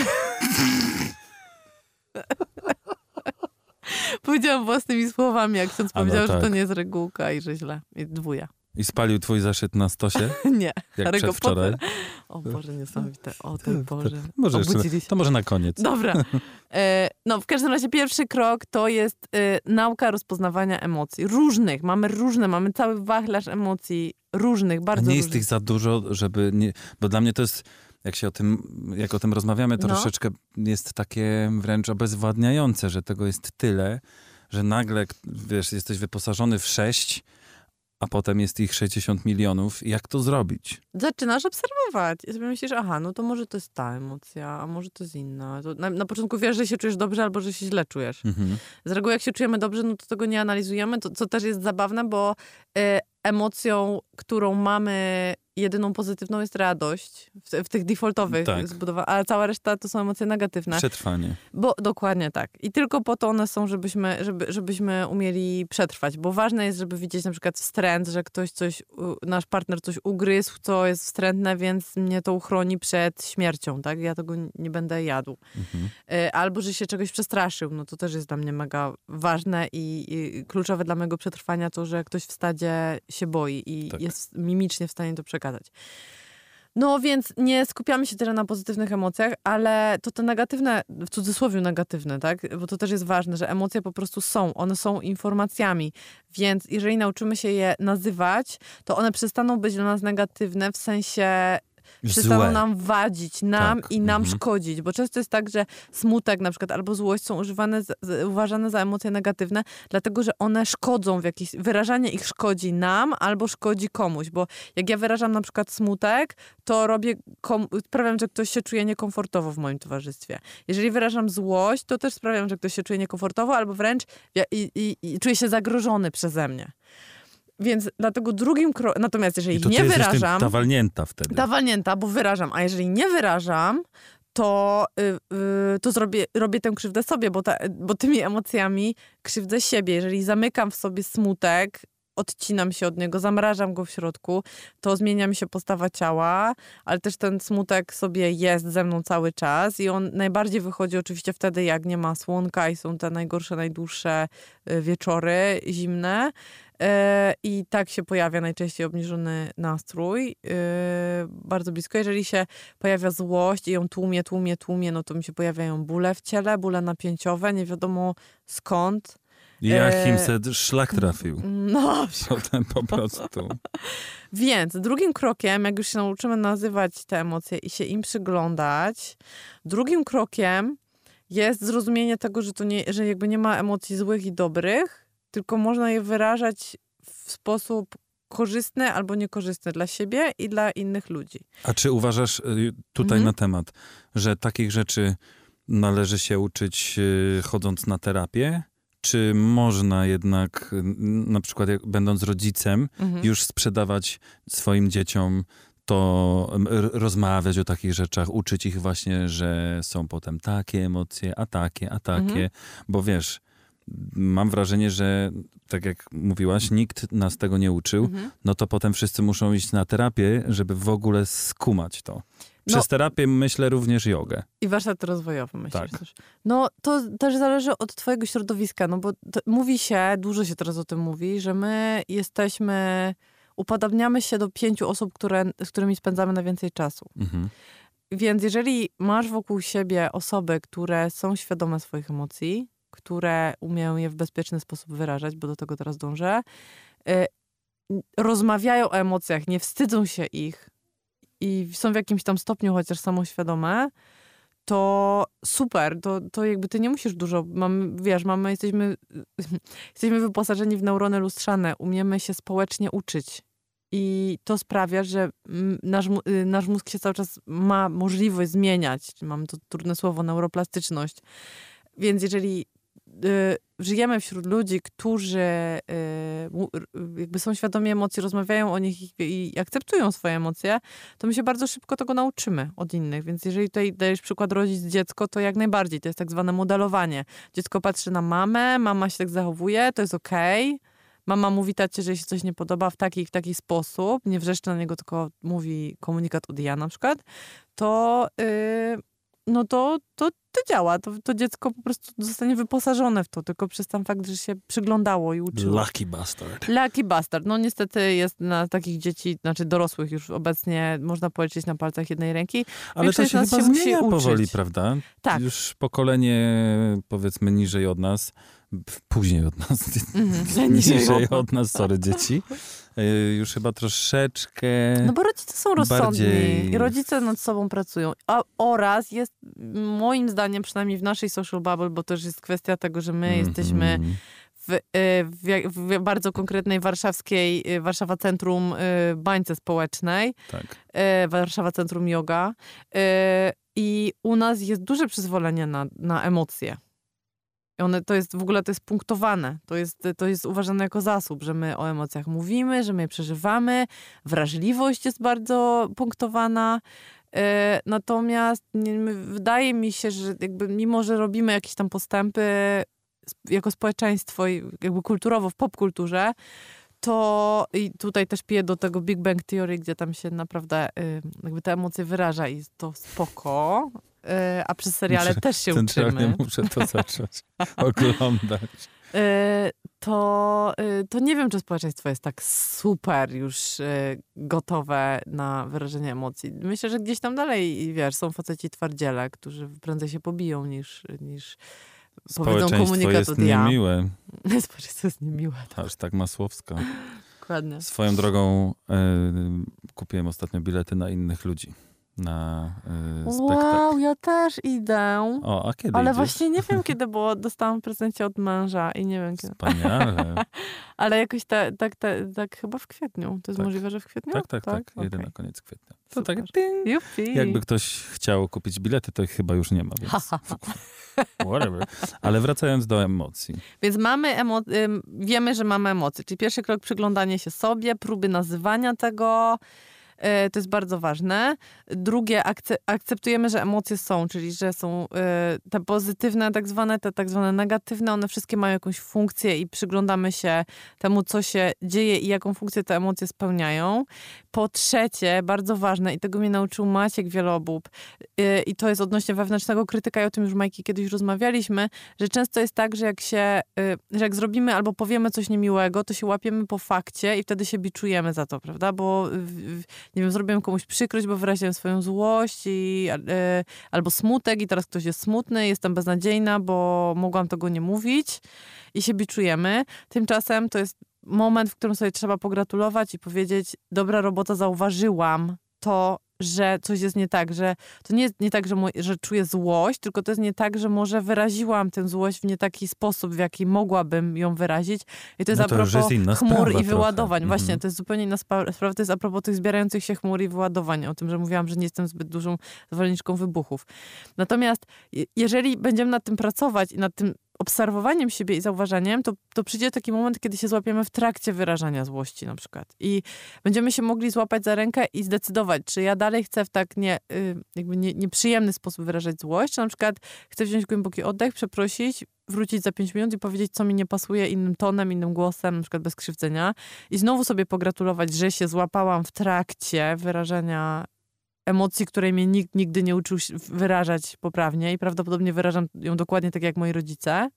Powiedziałam własnymi słowami, jak ksiądz powiedział, że to nie jest regułka i że źle. I 2. I spalił twój zaszyt na stosie? Nie. Jak przedwczoraj? O Boże, niesamowite. O tej Boże. To może na koniec. Dobra. No w każdym razie pierwszy krok to jest nauka rozpoznawania emocji. Różnych. Mamy cały wachlarz emocji różnych, bardzo różnych. Nie jest ich za dużo, żeby nie... Bo dla mnie to jest... Jak o tym rozmawiamy, to troszeczkę jest takie wręcz obezwładniające, że tego jest tyle, że nagle, wiesz, jesteś wyposażony w 6, a potem jest ich 60 milionów. Jak to zrobić? Zaczynasz obserwować i sobie myślisz, aha, no to może to jest ta emocja, a może to jest inna. To na początku wiesz, że się czujesz dobrze albo że się źle czujesz. Z reguły jak się czujemy dobrze, no to tego nie analizujemy, co też jest zabawne, bo emocją, którą mamy jedyną pozytywną jest radość w tych defaultowych zbudowanych, a cała reszta to są emocje negatywne. Przetrwanie. Bo dokładnie tak. I tylko po to one są, żebyśmy umieli przetrwać. Bo ważne jest, żeby widzieć na przykład wstręt, że nasz partner coś ugryzł, co jest wstrętne, więc mnie to uchroni przed śmiercią, tak? Ja tego nie będę jadł. Albo, że się czegoś przestraszył. No to też jest dla mnie mega ważne i kluczowe dla mojego przetrwania to, że ktoś w stadzie się boi i jest mimicznie w stanie to przekazać. No więc nie skupiamy się tyle na pozytywnych emocjach, ale to te negatywne, w cudzysłowie negatywne, tak? Bo to też jest ważne, że emocje po prostu są. One są informacjami. Więc jeżeli nauczymy się je nazywać, to one przestaną być dla nas negatywne w sensie... przestaną nam wadzić, i nam szkodzić. Bo często jest tak, że smutek na przykład albo złość są uważane za emocje negatywne, dlatego, że one szkodzą wyrażanie ich szkodzi nam albo szkodzi komuś. Bo jak ja wyrażam na przykład smutek, to sprawiam, że ktoś się czuje niekomfortowo w moim towarzystwie. Jeżeli wyrażam złość, to też sprawiam, że ktoś się czuje niekomfortowo albo wręcz i czuje się zagrożony przeze mnie. Więc dlatego drugim krokiem, natomiast jeżeli nie wyrażam... Ta walnięta wtedy. Ta walnięta, bo wyrażam, a jeżeli nie wyrażam, to robię tę krzywdę sobie, bo tymi emocjami krzywdzę siebie. Jeżeli zamykam w sobie smutek, odcinam się od niego, zamrażam go w środku, to zmienia mi się postawa ciała, ale też ten smutek sobie jest ze mną cały czas i on najbardziej wychodzi oczywiście wtedy, jak nie ma słonka i są te najgorsze, najdłuższe wieczory zimne. I tak się pojawia najczęściej obniżony nastrój. Bardzo blisko. Jeżeli się pojawia złość i ją tłumię, no to mi się pojawiają bóle w ciele, bóle napięciowe, nie wiadomo skąd. Joachim szlak trafił. No, potem po prostu. Więc drugim krokiem, jak już się nauczymy nazywać te emocje i się im przyglądać, drugim krokiem jest zrozumienie tego, że jakby nie ma emocji złych i dobrych, tylko można je wyrażać w sposób korzystny albo niekorzystny dla siebie i dla innych ludzi. A czy uważasz tutaj na temat, że takich rzeczy należy się uczyć chodząc na terapię? Czy można jednak, na przykład będąc rodzicem, już sprzedawać swoim dzieciom to, rozmawiać o takich rzeczach, uczyć ich właśnie, że są potem takie emocje, a takie, bo wiesz, mam wrażenie, że tak jak mówiłaś, nikt nas tego nie uczył, no to potem wszyscy muszą iść na terapię, żeby w ogóle skumać to. Przez terapię myślę również jogę. I warsztaty rozwojowe myślisz tak. też. No to też zależy od twojego środowiska, no bo dużo się teraz o tym mówi, że my upodabniamy się do 5 osób, z którymi spędzamy najwięcej czasu. Więc jeżeli masz wokół siebie osoby, które są świadome swoich emocji, które umieją je w bezpieczny sposób wyrażać, bo do tego teraz dążę, rozmawiają o emocjach, nie wstydzą się ich i są w jakimś tam stopniu chociaż samoświadome, to super, to jakby ty nie musisz dużo, jesteśmy wyposażeni w neurony lustrzane, umiemy się społecznie uczyć. I to sprawia, że nasz mózg się cały czas ma możliwość zmieniać. Mam to trudne słowo, neuroplastyczność. Więc jeżeli żyjemy wśród ludzi, którzy jakby są świadomi emocji, rozmawiają o nich i akceptują swoje emocje, to my się bardzo szybko tego nauczymy od innych. Więc jeżeli tutaj dajesz przykład rodzic, dziecko, to jak najbardziej. To jest tak zwane modelowanie. Dziecko patrzy na mamę, mama się tak zachowuje, to jest okej. Mama mówi tacie, że jej się coś nie podoba w taki sposób, nie wrzeszczy na niego, tylko mówi komunikat od ja na przykład, to to działa. To dziecko po prostu zostanie wyposażone w to, tylko przez ten fakt, że się przyglądało i uczyło. Lucky bastard. Lucky bastard. No niestety jest na takich dzieci, znaczy dorosłych już obecnie można policzyć na palcach jednej ręki. Ale to się chyba zmienia powoli, prawda? Tak. Już pokolenie, powiedzmy, niżej od nas, później od nas, niżej od nas, sorry dzieci, już chyba troszeczkę No bo rodzice są rozsądni bardziej... i rodzice nad sobą pracują. Oraz jest, moim zdaniem, przynajmniej w naszej social bubble, bo to już jest kwestia tego, że my jesteśmy w bardzo konkretnej warszawskiej, Warszawa Centrum bańce społecznej, Tak. Warszawa Centrum Yoga i u nas jest duże przyzwolenie na emocje. To jest w ogóle punktowane. To jest uważane jako zasób, że my o emocjach mówimy, że my je przeżywamy. Wrażliwość jest bardzo punktowana. Natomiast wydaje mi się, że jakby mimo, że robimy jakieś tam postępy jako społeczeństwo i jakby kulturowo w popkulturze, to i tutaj też piję do tego Big Bang Theory, gdzie tam się naprawdę jakby te emocje wyraża i jest to spoko. A przez seriale też się uczymy. Muszę to zacząć oglądać. To nie wiem, czy społeczeństwo jest tak super już gotowe na wyrażenie emocji. Myślę, że gdzieś tam dalej, wiesz, są faceci twardziele, którzy prędzej się pobiją niż powiedzą komunikat od ja. Niemiłe. Społeczeństwo jest niemiłe. Aż tak Masłowska. Dokładnie. Swoją drogą kupiłem ostatnio bilety na innych ludzi. Na spektakl. Wow, ja też idę. O, a kiedy Ale idziesz? właśnie nie wiem kiedy, bo dostałam w prezencie od męża i nie wiem kiedy. Wspaniale. Ale jakoś tak chyba w kwietniu. To jest Tak. możliwe, że w kwietniu? Tak. Okay. Jeden na koniec kwietnia. To Super. tak ding. Jupi. Jakby ktoś chciał kupić bilety, to ich chyba już nie ma, więc whatever. Ale wracając do emocji. Więc wiemy, że mamy emocje. Czyli pierwszy krok przyglądanie się sobie, próby nazywania tego. To jest bardzo ważne. Drugie, akceptujemy, że emocje są, czyli że są te pozytywne te tak zwane negatywne, one wszystkie mają jakąś funkcję i przyglądamy się temu, co się dzieje i jaką funkcję te emocje spełniają. Po trzecie, bardzo ważne, i tego mnie nauczył Maciek Wielobób, i to jest odnośnie wewnętrznego krytyka, i o tym już, Majki, kiedyś rozmawialiśmy, że często jest tak, że jak zrobimy albo powiemy coś niemiłego, to się łapiemy po fakcie i wtedy się biczujemy za to, prawda? Bo nie wiem, zrobiłem komuś przykrość, bo wyraziłem swoją złość albo smutek i teraz ktoś jest smutny, jestem beznadziejna, bo mogłam tego nie mówić i się biczujemy. Tymczasem to jest moment, w którym sobie trzeba pogratulować i powiedzieć, dobra robota, zauważyłam to, że coś jest nie tak, że to nie jest nie tak, że czuję złość, tylko to jest nie tak, że może wyraziłam tę złość w nie taki sposób, w jaki mogłabym ją wyrazić. I to jest a propos chmur i wyładowań. Właśnie, to jest zupełnie inna sprawa. To jest a propos tych zbierających się chmur i wyładowań. O tym, że mówiłam, że nie jestem zbyt dużą zwolenniczką wybuchów. Natomiast jeżeli będziemy nad tym pracować i nad tym obserwowaniem siebie i zauważaniem, to przyjdzie taki moment, kiedy się złapiemy w trakcie wyrażania złości na przykład. I będziemy się mogli złapać za rękę i zdecydować, czy ja dalej chcę w tak nieprzyjemny sposób wyrażać złość, czy na przykład chcę wziąć głęboki oddech, przeprosić, wrócić za 5 minut i powiedzieć, co mi nie pasuje innym tonem, innym głosem, na przykład bez krzywdzenia. I znowu sobie pogratulować, że się złapałam w trakcie wyrażania emocji, której mnie nikt nigdy nie uczył wyrażać poprawnie i prawdopodobnie wyrażam ją dokładnie tak jak moi rodzice.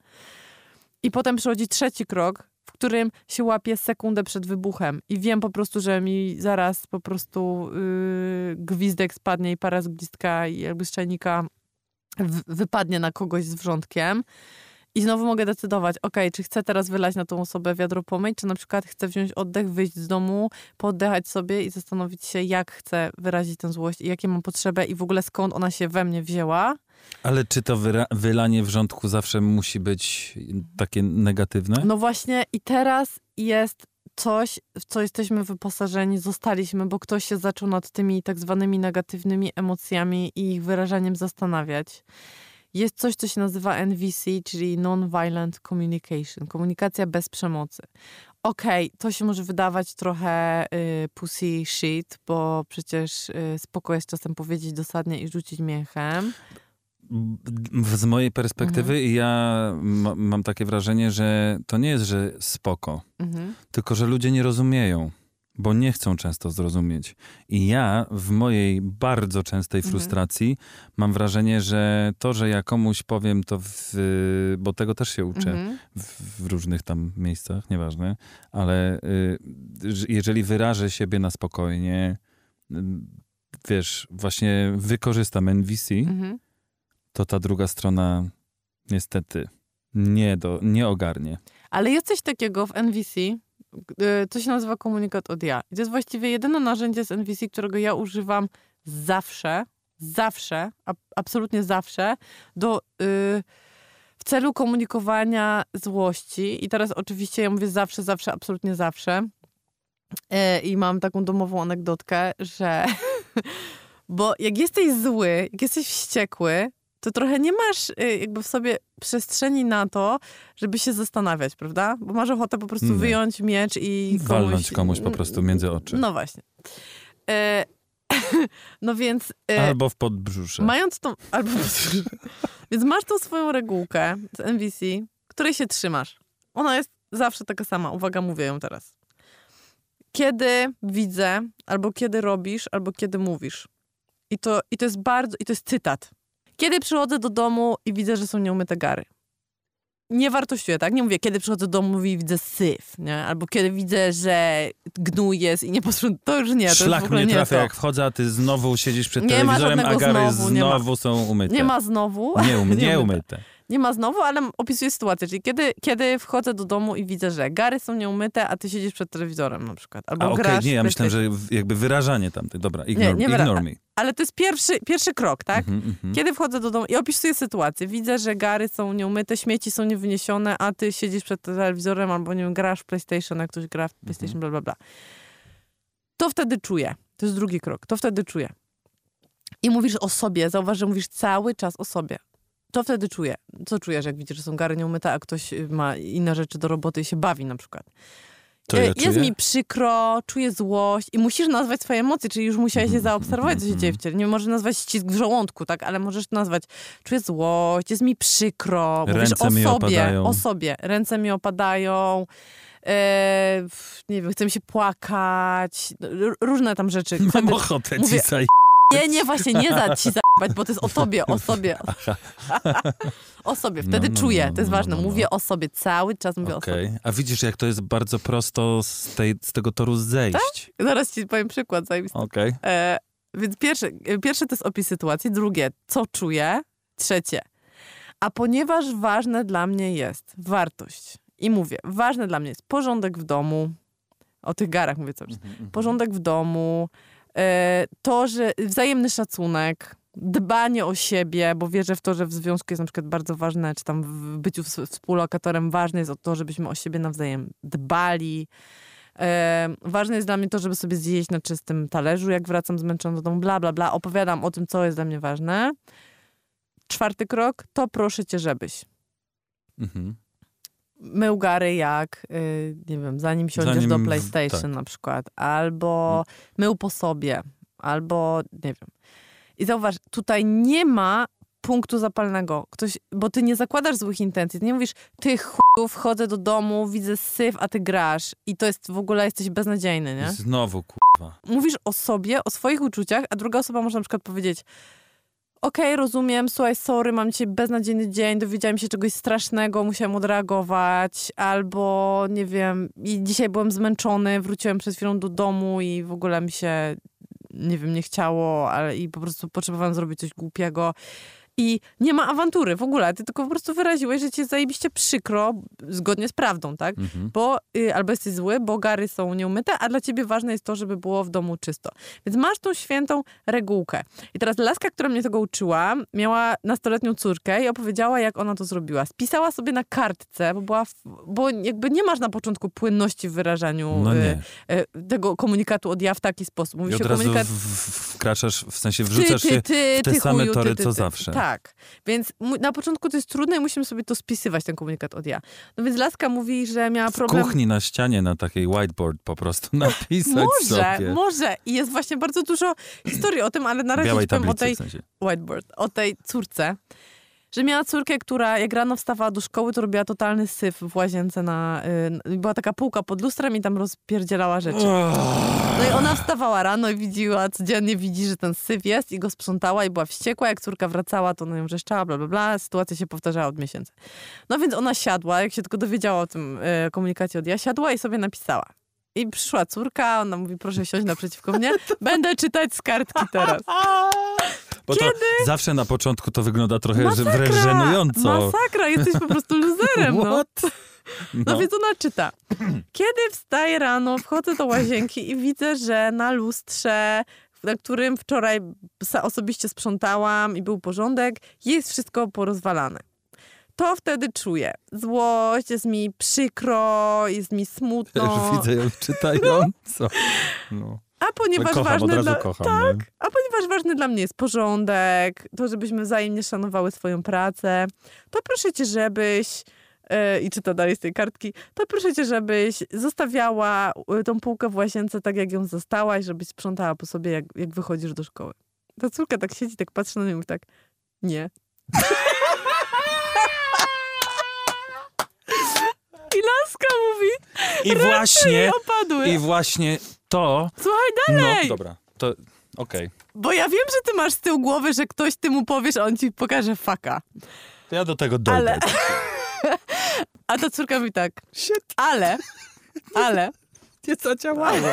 I potem przychodzi trzeci krok, w którym się łapię sekundę przed wybuchem i wiem po prostu, że mi zaraz po prostu gwizdek spadnie i para z gwizdka i jakby z czajnika wypadnie na kogoś z wrzątkiem. I znowu mogę decydować, czy chcę teraz wylać na tą osobę wiadro pomyj, czy na przykład chcę wziąć oddech, wyjść z domu, pooddychać sobie i zastanowić się, jak chcę wyrazić tę złość i jakie mam potrzebę i w ogóle skąd ona się we mnie wzięła. Ale czy to wylanie wrzątku zawsze musi być takie negatywne? No właśnie i teraz jest coś, w co jesteśmy wyposażeni, zostaliśmy, bo ktoś się zaczął nad tymi tak zwanymi negatywnymi emocjami i ich wyrażaniem zastanawiać. jest coś, co się nazywa NVC, czyli Non-Violent Communication, komunikacja bez przemocy. Okej, to się może wydawać trochę pussy shit, bo przecież spoko jest czasem powiedzieć dosadnie i rzucić mięchem. Z mojej perspektywy ja mam takie wrażenie, że to nie jest, że spoko, tylko że ludzie nie rozumieją, bo nie chcą często zrozumieć. I ja w mojej bardzo częstej frustracji mam wrażenie, że to, że ja komuś powiem to, bo tego też się uczę w różnych tam miejscach, nieważne, ale jeżeli wyrażę siebie na spokojnie, wiesz, właśnie wykorzystam NVC, to ta druga strona niestety nie ogarnie. Ale jest coś takiego w NVC, to się nazywa komunikat od ja. I to jest właściwie jedyne narzędzie z NVC, którego ja używam zawsze, absolutnie zawsze, w celu komunikowania złości. I teraz oczywiście ja mówię zawsze, absolutnie zawsze. I mam taką domową anegdotkę, że bo jak jesteś zły, jak jesteś wściekły, to trochę nie masz jakby w sobie przestrzeni na to, żeby się zastanawiać, prawda? Bo masz ochotę po prostu wyjąć miecz i walnąć komuś po prostu między oczy. No właśnie. No więc... Albo w podbrzusze. Mając tą... Albo w podbrzusze. Więc masz tą swoją regułkę z NVC, której się trzymasz. Ona jest zawsze taka sama. Uwaga, mówię ją teraz. Kiedy widzę, albo kiedy robisz, albo kiedy mówisz. I to jest cytat. Kiedy przychodzę do domu i widzę, że są nieumyte gary. Nie wartościuję, tak? Nie mówię, kiedy przychodzę do domu i widzę syf, nie? Albo kiedy widzę, że gnój jest i nie posprzątam. To już nie, to Szlak jest w ogóle mnie trafia, to. jak wchodzę, a ty znowu siedzisz przed Nie telewizorem, ma a gary znowu są umyte. Nie ma znowu. Nie umyte. Nie ma znowu, ale opisuję sytuację. Czyli kiedy wchodzę do domu i widzę, że gary są nieumyte, a ty siedzisz przed telewizorem na przykład. Albo grasz nie, ja myślałem, że jakby wyrażanie tamte. Dobra, ignore me. Ale to jest pierwszy krok, tak? Kiedy wchodzę do domu i opisuję sytuację. Widzę, że gary są nieumyte, śmieci są niewyniesione, a ty siedzisz przed telewizorem albo, nie wiem, grasz w PlayStation, jak ktoś gra w PlayStation, bla, bla, bla. To wtedy czuję. To jest drugi krok. To wtedy czuję. I mówisz o sobie. Zauważ, że mówisz cały czas o sobie. To wtedy czuję. Co czujesz, jak widzisz, że są gary nieumyte, a ktoś ma inne rzeczy do roboty i się bawi na przykład. Jest mi przykro, czuję złość i musisz nazwać swoje emocje, czyli już musiałeś się zaobserwować, co się dzieje w ciele. Nie możesz nazwać ścisk w żołądku, tak? Ale możesz nazwać, czuję złość, jest mi przykro. Mówisz o sobie. Ręce mi opadają. Nie wiem, chcę mi się płakać. Różne tam rzeczy. Mam ochotę dzisiaj. Nie, właśnie nie ci zajebać, bo to jest o tobie, o sobie. O sobie, wtedy czuję, to jest ważne. Mówię o sobie, cały czas mówię o sobie. A widzisz, jak to jest bardzo prosto z tego toru zejść. Tak? Zaraz ci powiem przykład zajebisty. Więc pierwsze to jest opis sytuacji, drugie, co czuję, trzecie. A ponieważ ważne dla mnie jest wartość i mówię, ważne dla mnie jest porządek w domu, o tych garach mówię cały czas, porządek w domu, to, że wzajemny szacunek, dbanie o siebie, bo wierzę w to, że w związku jest na przykład bardzo ważne, czy tam w byciu współlokatorem ważne jest to, żebyśmy o siebie nawzajem dbali. Ważne jest dla mnie to, żeby sobie zjeść na czystym talerzu, jak wracam zmęczona do domu, bla, bla, bla. Opowiadam o tym, co jest dla mnie ważne. 4. krok, to proszę cię, żebyś. Mył gary jak, nie wiem, zanim siądziesz do PlayStation na przykład. Albo mył po sobie. Albo, nie wiem. I zauważ, tutaj nie ma punktu zapalnego. Bo ty nie zakładasz złych intencji. Ty nie mówisz, ty chujów, wchodzę do domu, widzę syf, a ty grasz. I to jest w ogóle, jesteś beznadziejny, nie? Znowu, kurwa. Mówisz o sobie, o swoich uczuciach, a druga osoba może na przykład powiedzieć, okej, rozumiem, słuchaj, sorry, mam dzisiaj beznadziejny dzień, dowiedziałem się czegoś strasznego, musiałem odreagować, albo, nie wiem, i dzisiaj byłem zmęczony, wróciłem przed chwilą do domu i w ogóle mi się, nie wiem, nie chciało, ale i po prostu potrzebowałem zrobić coś głupiego. I nie ma awantury w ogóle, ty tylko po prostu wyraziłeś, że cię zajebiście przykro, zgodnie z prawdą, tak? Bo albo jesteś zły, bo gary są nieumyte, a dla ciebie ważne jest to, żeby było w domu czysto. Więc masz tą świętą regułkę. I teraz laska, która mnie tego uczyła, miała nastoletnią córkę i opowiedziała, jak ona to zrobiła. Spisała sobie na kartce, bo jakby nie masz na początku płynności w wyrażaniu tego komunikatu od ja w taki sposób. Mówi I się od razu komunikat... wkraczasz, w sensie wrzucasz się w te same tory, co zawsze. Tak, więc na początku to jest trudne i musimy sobie to spisywać, ten komunikat od ja. No więc laska mówi, że miała problem... W kuchni na ścianie na takiej whiteboard po prostu napisać sobie. Może. I jest właśnie bardzo dużo historii o tym, ale na razie Białej powiem o tej w sensie. whiteboard, o tej córce. Że miała córkę, która jak rano wstawała do szkoły, to robiła totalny syf w łazience była taka półka pod lustrem i tam rozpierdzielała rzeczy. No i ona wstawała rano i codziennie widzi, że ten syf jest i go sprzątała i była wściekła. Jak córka wracała, to na nią wrzeszczała, bla, bla, bla. Sytuacja się powtarzała od miesięcy. No więc ona siadła, jak się tylko dowiedziała o tym komunikacie od ja, siadła i sobie napisała. I przyszła córka, ona mówi, proszę siąść naprzeciwko mnie, będę czytać z kartki teraz. Bo to zawsze na początku to wygląda trochę wręcz żenująco. Masakra, jesteś po prostu luzerem, no. No Więc ona czyta. Kiedy wstaję rano, wchodzę do łazienki i widzę, że na lustrze, na którym wczoraj osobiście sprzątałam i był porządek, jest wszystko porozwalane. To wtedy czuję złość, jest mi przykro, jest mi smutno. Też widzę ją czytająco. No. A ponieważ kocham, ważny od razu kocham. Tak, Nie? a ponieważ ważny dla mnie jest porządek, to żebyśmy wzajemnie szanowały swoją pracę, to proszę cię, żebyś i czyta dalej z tej kartki, to proszę cię, żebyś zostawiała tą półkę w łazience tak, jak ją zostałaś, żebyś sprzątała po sobie, jak wychodzisz do szkoły. Ta córka tak siedzi, tak patrzy na nią i mówi tak, nie. I laska mówi, I właśnie to... Słuchaj dalej! No, dobra, to okej. Bo ja wiem, że ty masz z tyłu głowy, że ktoś ty mu powiesz, a on ci pokaże faka. To ja do tego dojdę. A ta córka mówi tak, ale... Nie zadziałało.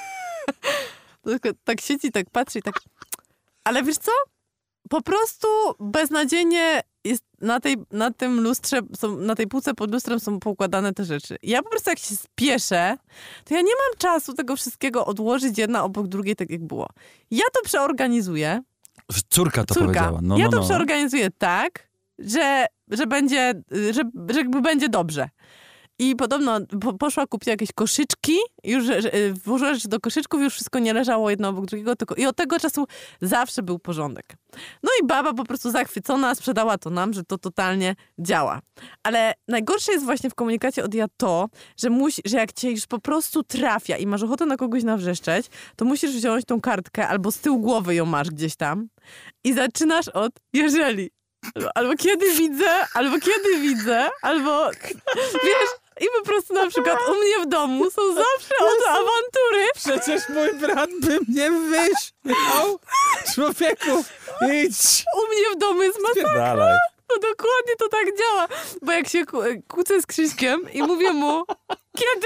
Tak siedzi, tak patrzy i tak... Ale wiesz co? Po prostu beznadziejnie jest na tym lustrze, na tej półce pod lustrem są poukładane te rzeczy. Ja po prostu jak się spieszę, to ja nie mam czasu tego wszystkiego odłożyć jedna obok drugiej, tak jak było. Ja to przeorganizuję. Córka powiedziała. Ja to przeorganizuję tak, że będzie, że jakby będzie dobrze. I podobno poszła kupić jakieś koszyczki, już włożyła rzeczy do koszyczków, już wszystko nie leżało jedno obok drugiego, tylko i od tego czasu zawsze był porządek. No i baba po prostu zachwycona sprzedała to nam, że to totalnie działa. Ale najgorsze jest właśnie w komunikacie od ja to, że jak cię już po prostu trafia i masz ochotę na kogoś nawrzeszczeć, to musisz wziąć tą kartkę albo z tyłu głowy ją masz gdzieś tam i zaczynasz od jeżeli. Albo kiedy widzę, albo wiesz, i po prostu na przykład u mnie w domu są zawsze oto awantury. Przecież mój brat by mnie wyśmiał. Człowieku, idź. U mnie w domu jest masakra. Dalej. No dokładnie to tak działa. Bo jak się kłócę z Krzyśkiem i mówię mu, kiedy?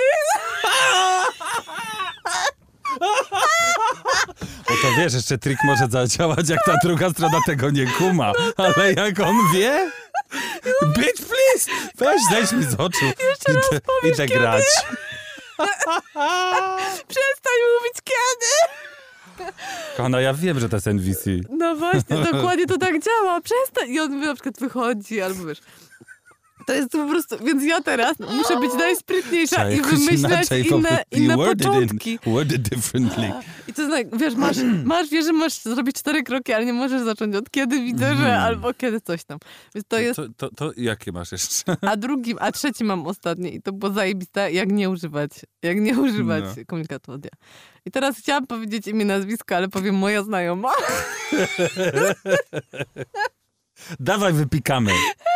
Bo to wiesz, jeszcze trik może zadziałać, jak ta druga strona tego nie kuma. Ale jak on wie... Bitch, please! Weź, zejdź mi z oczu. Idę grać. Przestań mówić kiedy! Kochana, ja wiem, że to jest NVC. No właśnie, dokładnie to tak działa. Przestań. I on na przykład wychodzi, albo wiesz... To jest po prostu, więc ja teraz muszę być najsprytniejsza i wymyśleć inne początki. Word it differently. I to jest tak, wiesz, wiesz, że masz zrobić 4 kroki, ale nie możesz zacząć od kiedy widzę, że albo kiedy coś tam. Więc to jest... To jakie masz jeszcze? A trzeci mam ostatni i to było zajebiste, jak nie używać komunikatu od ja. I teraz chciałam powiedzieć imię, nazwisko, ale powiem moja znajoma. Dawaj, wypikamy.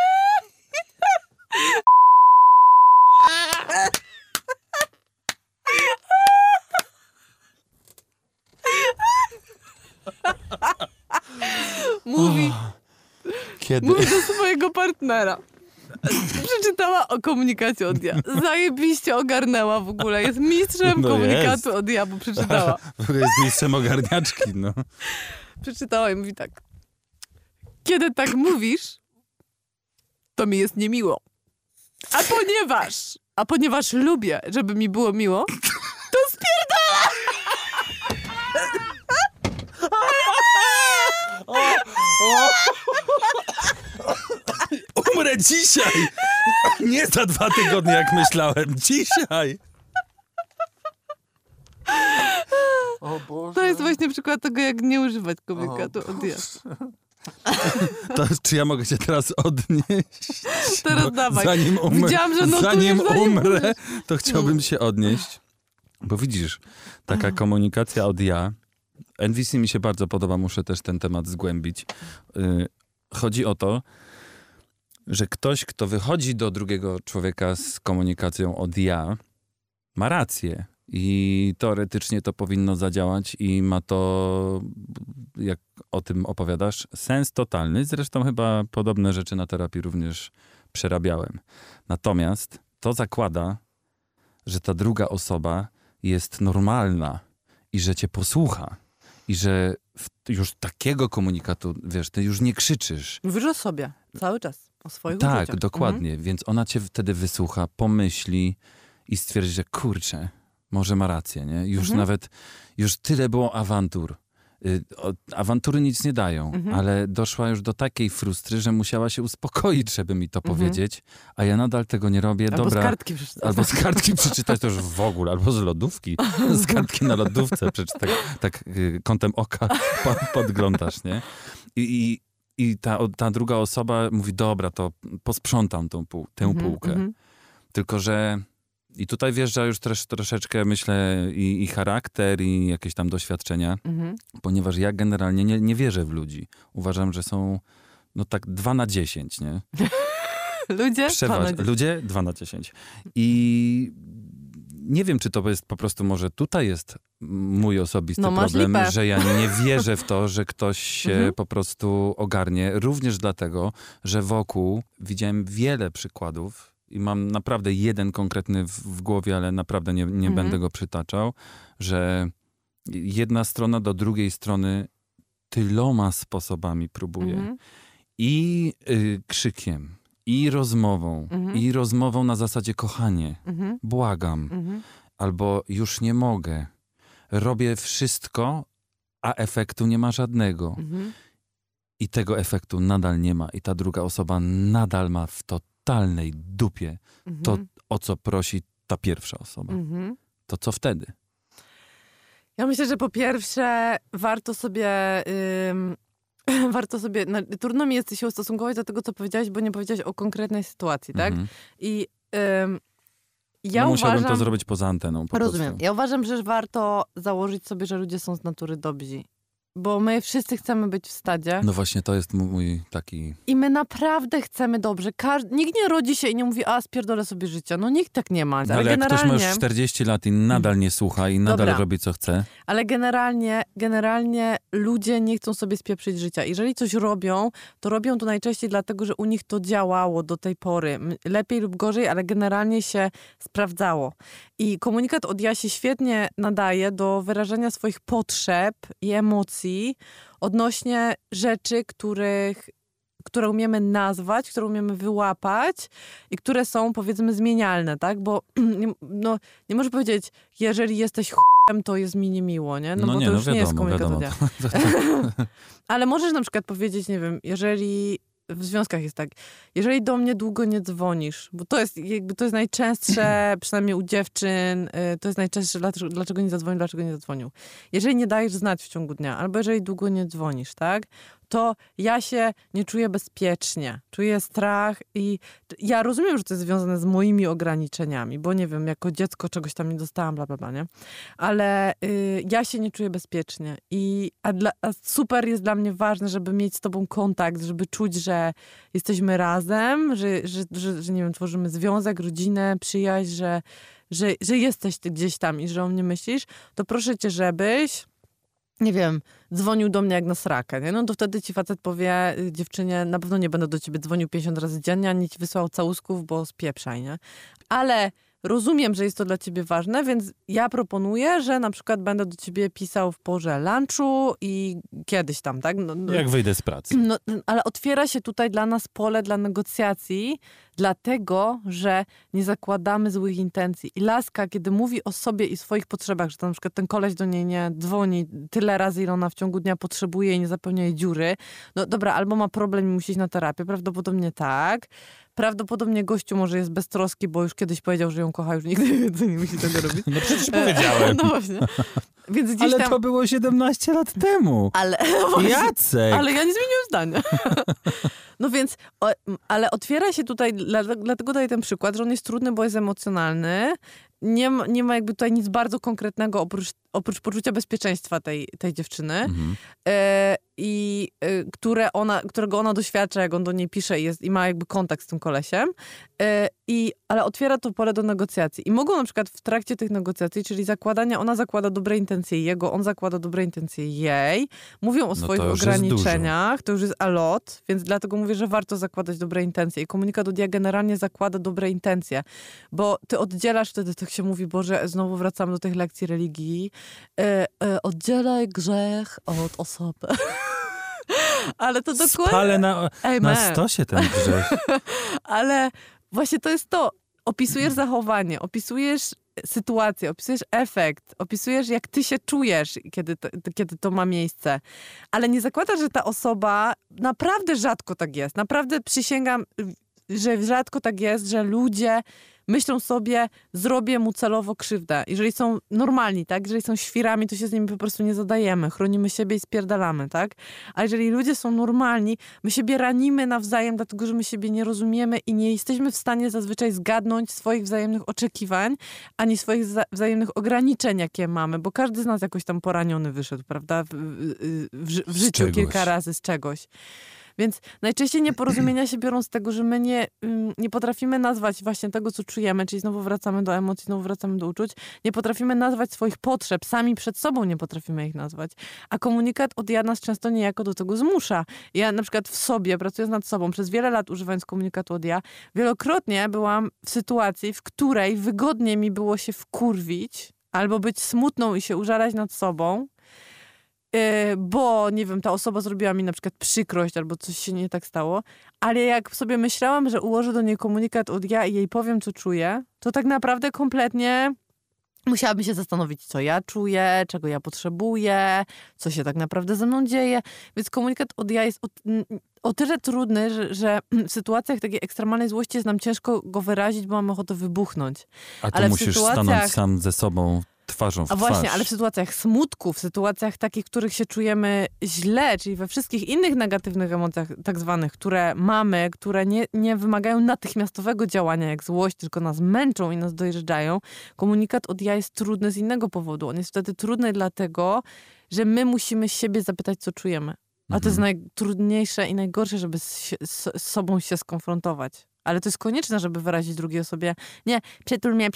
Mówi Kiedy? do swojego partnera. Przeczytała o komunikacie od ja. Zajebiście ogarnęła w ogóle. Jest mistrzem komunikatu od ja, bo przeczytała. Jest mistrzem ogarniaczki, no. Przeczytała i mówi tak. Kiedy tak mówisz, to mi jest niemiło. A ponieważ lubię, żeby mi było miło, to spierdala! Umrę dzisiaj! Nie za 2 tygodnie, jak myślałem. Dzisiaj! O Boże. To jest właśnie przykład tego, jak nie używać komunikatu od ja. To czy ja mogę się teraz odnieść? Teraz Bo dawaj. Widziałam, że zanim umrę, to chciałbym się odnieść. Bo widzisz, taka komunikacja od ja. NVC mi się bardzo podoba, muszę też ten temat zgłębić. Chodzi o to, że ktoś, kto wychodzi do drugiego człowieka z komunikacją od ja, ma rację. I teoretycznie to powinno zadziałać i ma to, jak o tym opowiadasz, sens totalny. Zresztą chyba podobne rzeczy na terapii również przerabiałem. Natomiast to zakłada, że ta druga osoba jest normalna i że cię posłucha. I że już takiego komunikatu, wiesz, ty już nie krzyczysz. Mówisz o sobie cały czas, o swoich Tak, uczuciach. dokładnie. Więc ona cię wtedy wysłucha, pomyśli i stwierdzi, że kurczę, może ma rację, nie? Już nawet, już tyle było awantur. Awantury nic nie dają, ale doszła już do takiej frustry, że musiała się uspokoić, żeby mi to powiedzieć, a ja nadal tego nie robię. Albo Dobra, z kartki przeczytać. albo z kartki przeczytać to już w ogóle, albo z lodówki, z kartki na lodówce, tak kątem oka podglądasz, nie? I ta druga osoba mówi, dobra, to posprzątam tę półkę. Tylko że i tutaj wjeżdża już też troszeczkę, myślę, i charakter, i jakieś tam doświadczenia, ponieważ ja generalnie nie wierzę w ludzi. Uważam, że są no tak 2 na 10, nie? Ludzie? 2 na 10. Ludzie 2 na 10. I nie wiem, czy to jest po prostu, może tutaj jest mój osobisty problem, możliwe. że ja nie wierzę w to, że ktoś się po prostu ogarnie. Również dlatego, że wokół widziałem wiele przykładów, i mam naprawdę jeden konkretny w głowie, ale naprawdę nie będę go przytaczał, że jedna strona do drugiej strony tyloma sposobami próbuje. I krzykiem, i rozmową na zasadzie kochanie, błagam, albo już nie mogę. Robię wszystko, a efektu nie ma żadnego. I tego efektu nadal nie ma. I ta druga osoba nadal ma w totalnej dupie to, o co prosi ta pierwsza osoba. To co wtedy? Ja myślę, że po pierwsze warto sobie trudno mi jest się ustosunkować do tego, co powiedziałaś, bo nie powiedziałaś o konkretnej sytuacji, tak? I ja musiałbym to zrobić poza anteną. Rozumiem. Ja uważam, że warto założyć sobie, że ludzie są z natury dobrzy. Bo my wszyscy chcemy być w stadzie. No właśnie, to jest mój taki... I my naprawdę chcemy dobrze. Nikt nie rodzi się i nie mówi, spierdolę sobie życia. No nikt tak nie ma. Ale jak ktoś ma już 40 lat i nadal nie słucha i nadal robi co chce. Ale generalnie ludzie nie chcą sobie spieprzyć życia. Jeżeli coś robią, to robią to najczęściej dlatego, że u nich to działało do tej pory. Lepiej lub gorzej, ale generalnie się sprawdzało. I komunikat od ja się świetnie nadaje do wyrażania swoich potrzeb i emocji odnośnie rzeczy, które umiemy nazwać, które umiemy wyłapać i które są, powiedzmy, zmienialne, tak? Bo nie możesz powiedzieć, jeżeli jesteś ch**em, to jest mi niemiło, nie? Bo to już wiadomo, nie jest komunikat od ja. wiadomo. Ale możesz na przykład powiedzieć, nie wiem, jeżeli... W związkach jest tak, jeżeli do mnie długo nie dzwonisz, bo to jest najczęstsze, przynajmniej u dziewczyn, to jest najczęstsze, dlaczego nie zadzwonił, dlaczego nie zadzwonił. Jeżeli nie dajesz znać w ciągu dnia, albo jeżeli długo nie dzwonisz, tak, to ja się nie czuję bezpiecznie. Czuję strach i ja rozumiem, że to jest związane z moimi ograniczeniami, bo nie wiem, jako dziecko czegoś tam nie dostałam, bla, bla, bla, nie? Ale ja się nie czuję bezpiecznie. A super jest dla mnie ważne, żeby mieć z tobą kontakt, żeby czuć, że jesteśmy razem, że nie wiem, tworzymy związek, rodzinę, przyjaźń, że jesteś ty gdzieś tam i że o mnie myślisz, to proszę cię, żebyś nie wiem, dzwonił do mnie jak na srakę, nie? No to wtedy ci facet powie dziewczynie, na pewno nie będę do ciebie dzwonił 50 razy dziennie, ani ci wysłał całusków, bo spieprzaj, nie? Ale rozumiem, że jest to dla ciebie ważne, więc ja proponuję, że na przykład będę do ciebie pisał w porze lunchu i kiedyś tam, tak? Jak wyjdę z pracy. Ale otwiera się tutaj dla nas pole dla negocjacji, dlatego, że nie zakładamy złych intencji. I laska, kiedy mówi o sobie i swoich potrzebach, że to na przykład ten koleś do niej nie dzwoni tyle razy, ile ona w ciągu dnia potrzebuje i nie zapełnia jej dziury, no dobra, albo ma problem i musi iść na terapię, prawdopodobnie tak. Prawdopodobnie gościu może jest beztroski, bo już kiedyś powiedział, że ją kocha, już nigdy więcej nie musi tego robić. No przecież powiedziałem. No właśnie. Więc gdzieś Ale tam... to było 17 lat temu. Ale, Jacek! ale ja nie zmieniłam zdania. No więc, ale otwiera się tutaj, dlatego daję ten przykład, że on jest trudny, bo jest emocjonalny. Nie ma jakby tutaj nic bardzo konkretnego oprócz poczucia bezpieczeństwa tej dziewczyny. Którego ona doświadcza, jak on do niej pisze i ma jakby kontakt z tym kolesiem. Ale otwiera to pole do negocjacji. I mogą na przykład w trakcie tych negocjacji, czyli zakładania, ona zakłada dobre intencje jego, on zakłada dobre intencje jej, mówią o swoich ograniczeniach, to już jest a lot, więc dlatego mówię, że warto zakładać dobre intencje. I komunikat od ja generalnie zakłada dobre intencje, bo ty oddzielasz wtedy, tak się mówi, Boże, znowu wracamy do tych lekcji religii, oddzielaj grzech od osoby. Ale to dokładnie... Spalę na stosie ten grzech. Ale właśnie to jest to. Opisujesz zachowanie, opisujesz sytuację, opisujesz efekt, opisujesz, jak ty się czujesz, kiedy to ma miejsce. Ale nie zakładasz, że ta osoba... Naprawdę rzadko tak jest. Naprawdę przysięgam, że rzadko tak jest, że ludzie myślą sobie, zrobię mu celowo krzywdę. Jeżeli są normalni, tak? Jeżeli są świrami, to się z nimi po prostu nie zadajemy. Chronimy siebie i spierdalamy, tak? A jeżeli ludzie są normalni, my siebie ranimy nawzajem, dlatego, że my siebie nie rozumiemy i nie jesteśmy w stanie zazwyczaj zgadnąć swoich wzajemnych oczekiwań, ani swoich wzajemnych ograniczeń, jakie mamy, bo każdy z nas jakoś tam poraniony wyszedł, prawda? W życiu kilka razy z czegoś. Więc najczęściej nieporozumienia się biorą z tego, że my nie potrafimy nazwać właśnie tego, co czujemy, czyli znowu wracamy do emocji, znowu wracamy do uczuć. Nie potrafimy nazwać swoich potrzeb, sami przed sobą nie potrafimy ich nazwać. A komunikat od ja nas często niejako do tego zmusza. Ja na przykład w sobie, pracując nad sobą, przez wiele lat używając komunikatu od ja, wielokrotnie byłam w sytuacji, w której wygodnie mi było się wkurwić albo być smutną i się użalać nad sobą, bo, nie wiem, ta osoba zrobiła mi na przykład przykrość albo coś się nie tak stało, ale jak sobie myślałam, że ułożę do niej komunikat od ja i jej powiem, co czuję, to tak naprawdę kompletnie musiałabym się zastanowić, co ja czuję, czego ja potrzebuję, co się tak naprawdę ze mną dzieje. Więc komunikat od ja jest o tyle trudny, że w sytuacjach takiej ekstremalnej złości jest nam ciężko go wyrazić, bo mamy ochotę wybuchnąć. A tu musisz stanąć sam ze sobą twarzą w twarz. A właśnie, ale w sytuacjach smutku, w sytuacjach takich, w których się czujemy źle, czyli we wszystkich innych negatywnych emocjach tak zwanych, które mamy, które nie wymagają natychmiastowego działania jak złość, tylko nas męczą i nas dojeżdżają, komunikat od ja jest trudny z innego powodu. On jest wtedy trudny dlatego, że my musimy siebie zapytać, co czujemy. A to jest najtrudniejsze i najgorsze, żeby z sobą się skonfrontować. Ale to jest konieczne, żeby wyrazić drugiej osobie, nie, przytul mnie,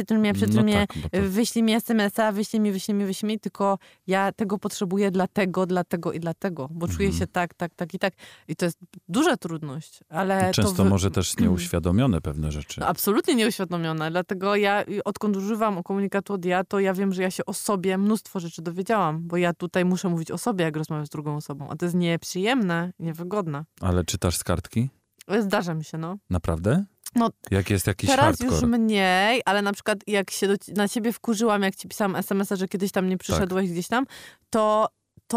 tak, wyślij mi SMS-a, wyślij mi, tylko ja tego potrzebuję dlatego, bo czuję się tak i tak. I to jest duża trudność, ale często może też nieuświadomione pewne rzeczy. No, absolutnie nieuświadomione, dlatego ja, odkąd używam komunikatu od ja, to ja wiem, że ja się o sobie mnóstwo rzeczy dowiedziałam, bo ja tutaj muszę mówić o sobie, jak rozmawiam z drugą osobą, a to jest nieprzyjemne, niewygodne. Ale czytasz z kartki? Zdarza mi się, no. Naprawdę? No, jak jest jakiś teraz hardcore. Już mniej, ale na przykład jak się na ciebie wkurzyłam, jak ci pisałam SMS-a, że kiedyś tam nie przyszedłeś gdzieś tam, to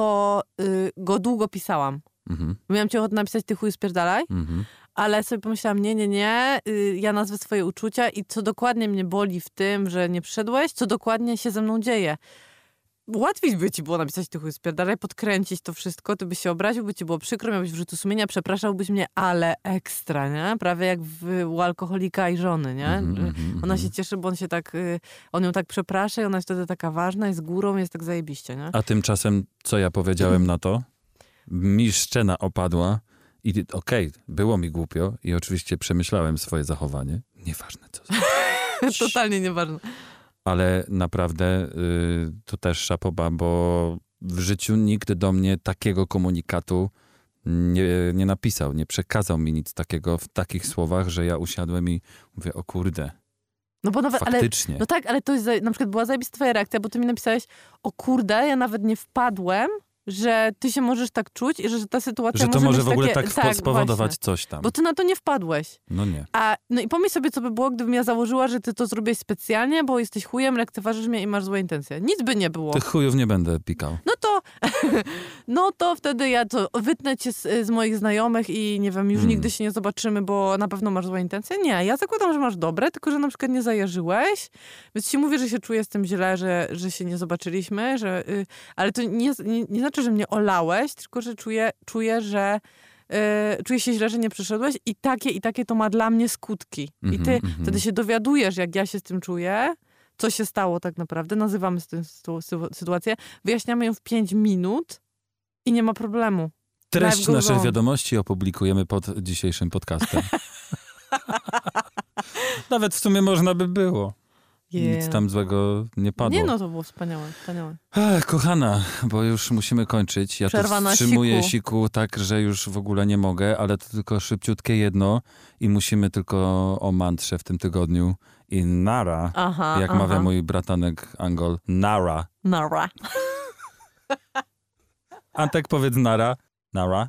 go długo pisałam. Miałam ci ochotę napisać, ty chuj spierdalaj, ale sobie pomyślałam, nie, ja nazwę swoje uczucia i co dokładnie mnie boli w tym, że nie przyszedłeś, co dokładnie się ze mną dzieje. Łatwiej by ci było napisać ty chuj spierdalaj, podkręcić to wszystko, ty byś się obraził, by ci było przykro, miałbyś wyrzutu sumienia, przepraszałbyś mnie, ale ekstra, nie? Prawie jak u alkoholika i żony, nie? Ona się cieszy, bo on ją tak przeprasza i ona jest wtedy taka ważna, jest górą, jest tak zajebiście, nie? A tymczasem, co ja powiedziałem na to? Mi szczena opadła i okej, było mi głupio i oczywiście przemyślałem swoje zachowanie. Nieważne co. Totalnie nieważne. Ale naprawdę to też szapoba, bo w życiu nikt do mnie takiego komunikatu nie napisał, nie przekazał mi nic takiego w takich słowach, że ja usiadłem i mówię, o kurde, no bo nawet, faktycznie. No tak, ale to jest, na przykład była zajebista twoja reakcja, bo ty mi napisałeś, o kurde, ja nawet nie wpadłem, że ty się możesz tak czuć i że ta sytuacja może mieć w ogóle takie, tak spowodować właśnie. Coś tam. Bo ty na to nie wpadłeś. No nie. No i pomyśl sobie, co by było, gdybym ja założyła, że ty to zrobiłeś specjalnie, bo jesteś chujem, lekceważysz mnie i masz złe intencje. Nic by nie było. Tych chujów nie będę pikał. No no to wtedy ja wytnę cię z moich znajomych i nie wiem, już nigdy się nie zobaczymy, bo na pewno masz złe intencje. Nie, ja zakładam, że masz dobre, tylko że na przykład nie zajarzyłeś, więc ci mówię, że się czuję z tym źle, że się nie zobaczyliśmy, ale to nie znaczy, że mnie olałeś, tylko że czuję, że czuję się źle, że nie przyszedłeś i takie to ma dla mnie skutki. I ty wtedy się dowiadujesz, jak ja się z tym czuję, co się stało tak naprawdę, nazywamy tę sytuację, wyjaśniamy ją w 5 minut i nie ma problemu. Treść naszych wiadomości opublikujemy pod dzisiejszym podcastem. Nawet w sumie można by było. Nic tam złego nie padło. Nie, no to było wspaniałe. Kochana, bo już musimy kończyć. Ja Przerwa to wstrzymuję siku tak, że już w ogóle nie mogę, ale to tylko szybciutkie jedno i musimy tylko o mantrze w tym tygodniu. I nara, jak mawia mój bratanek Angol, nara. Nara. Antek, powiedz nara. Nara.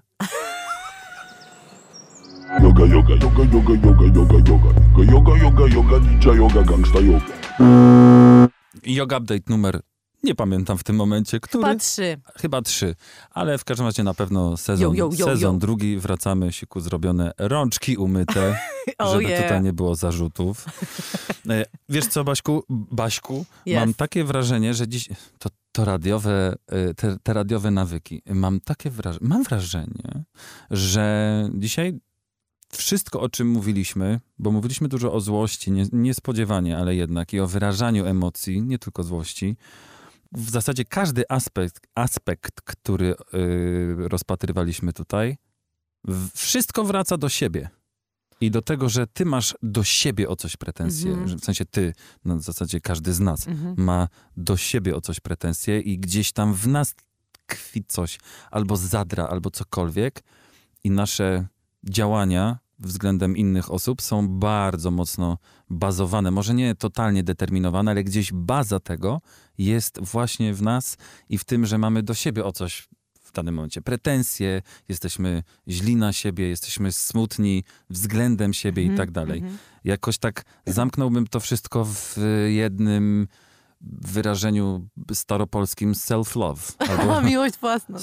Yoga, yoga, yoga, yoga, yoga, yoga, yoga. Yoga, yoga, yoga, ninja yoga, gangsta yoga. Yoga update numer, nie pamiętam w tym momencie, który? Chyba 3. Ale w każdym razie na pewno sezon drugi. Wracamy, siku zrobione, rączki umyte, żeby tutaj nie było zarzutów. Wiesz co, Baśku? Yes. Mam takie wrażenie, że dziś... To radiowe, te radiowe nawyki. Mam wrażenie, że dzisiaj wszystko, o czym mówiliśmy, bo mówiliśmy dużo o złości, niespodziewanie, ale jednak, i o wyrażaniu emocji, nie tylko złości, w zasadzie każdy aspekt, który rozpatrywaliśmy tutaj, wszystko wraca do siebie. I do tego, że ty masz do siebie o coś pretensje. Że w sensie ty, no w zasadzie każdy z nas ma do siebie o coś pretensje i gdzieś tam w nas tkwi coś, albo zadra, albo cokolwiek. I nasze działania względem innych osób są bardzo mocno bazowane. Może nie totalnie determinowane, ale gdzieś baza tego jest właśnie w nas i w tym, że mamy do siebie o coś w danym momencie pretensje, jesteśmy źli na siebie, jesteśmy smutni względem siebie i tak dalej. Jakoś tak zamknąłbym to wszystko w jednym wyrażeniu staropolskim self-love. Albo miłość własna.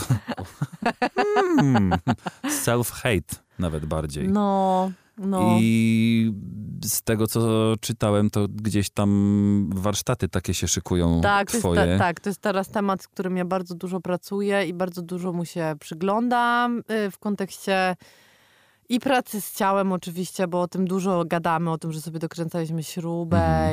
Self-hate nawet bardziej. No. I z tego, co czytałem, to gdzieś tam warsztaty takie się szykują twoje. To jest teraz temat, z którym ja bardzo dużo pracuję i bardzo dużo mu się przyglądam w kontekście i pracy z ciałem oczywiście, bo o tym dużo gadamy, o tym, że sobie dokręcaliśmy śrubę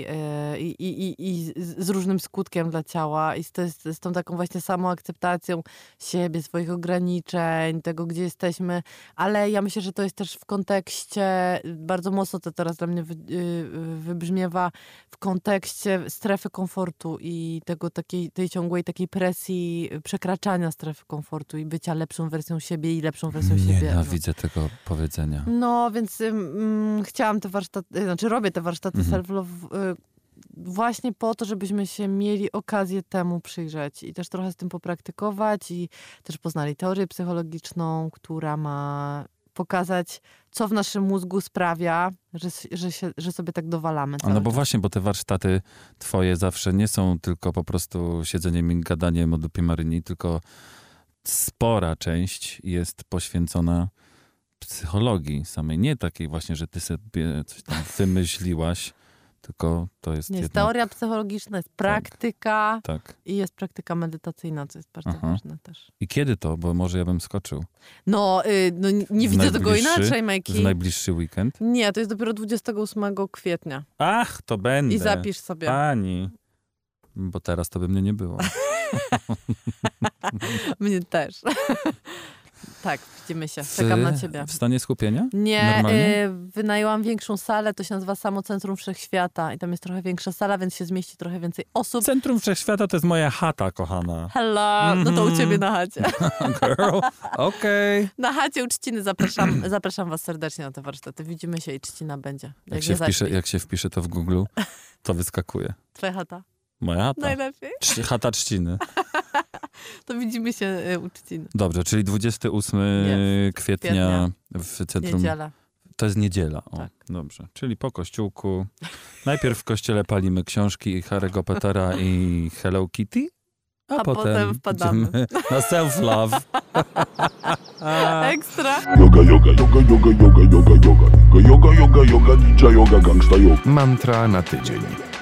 i z różnym skutkiem dla ciała i z tą taką właśnie samoakceptacją siebie, swoich ograniczeń, tego, gdzie jesteśmy, ale ja myślę, że to jest też w kontekście, bardzo mocno to teraz dla mnie wybrzmiewa, w kontekście strefy komfortu i tej ciągłej takiej presji przekraczania strefy komfortu i bycia lepszą wersją siebie i lepszą wersją siebie. Nienawidzę tego powiedzenia. No, więc chciałam te warsztaty, robię te warsztaty self-love właśnie po to, żebyśmy się mieli okazję temu przyjrzeć i też trochę z tym popraktykować i też poznali teorię psychologiczną, która ma pokazać, co w naszym mózgu sprawia, że sobie tak dowalamy. No bo właśnie, bo te warsztaty twoje zawsze nie są tylko po prostu siedzeniem i gadaniem o dupie Maryni, tylko spora część jest poświęcona psychologii samej. Nie takiej właśnie, że ty sobie coś tam wymyśliłaś, tylko to jest jest teoria psychologiczna, jest praktyka i jest praktyka medytacyjna, co jest bardzo ważne też. I kiedy to? Bo może ja bym skoczył. Nie widzę tego inaczej, Majki. W najbliższy weekend? Nie, to jest dopiero 28 kwietnia. Ach, to będę. I zapisz sobie. Pani. Bo teraz to by mnie nie było. Mnie też. Tak, widzimy się. Czekam na ciebie. W stanie skupienia? Nie, wynajęłam większą salę, to się nazywa samo Centrum Wszechświata i tam jest trochę większa sala, więc się zmieści trochę więcej osób. Centrum Wszechświata to jest moja chata, kochana. Hello, no to u ciebie na chacie. Girl, okej. Na chacie u Trzciny zapraszam was serdecznie na te warsztaty. Widzimy się i Trzcina będzie. Jak się wpisze to w Google, to wyskakuje. Twoja chata? Moja chata. Najlepiej. Chata Trzciny. To widzimy się u Trzciny. Dobrze, czyli 28 kwietnia w centrum. Niedziela. To jest niedziela. O, tak. Dobrze. Czyli po kościółku. Najpierw w kościele palimy książki Harry'ego Pottera i Hello Kitty. A potem wpadamy. idziemy na self-love. Ekstra. Yoga, yoga, yoga, yoga, yoga, yoga, yoga. Yoga, yoga, yoga, ninja yoga, gangsta yoga. Mantra na tydzień.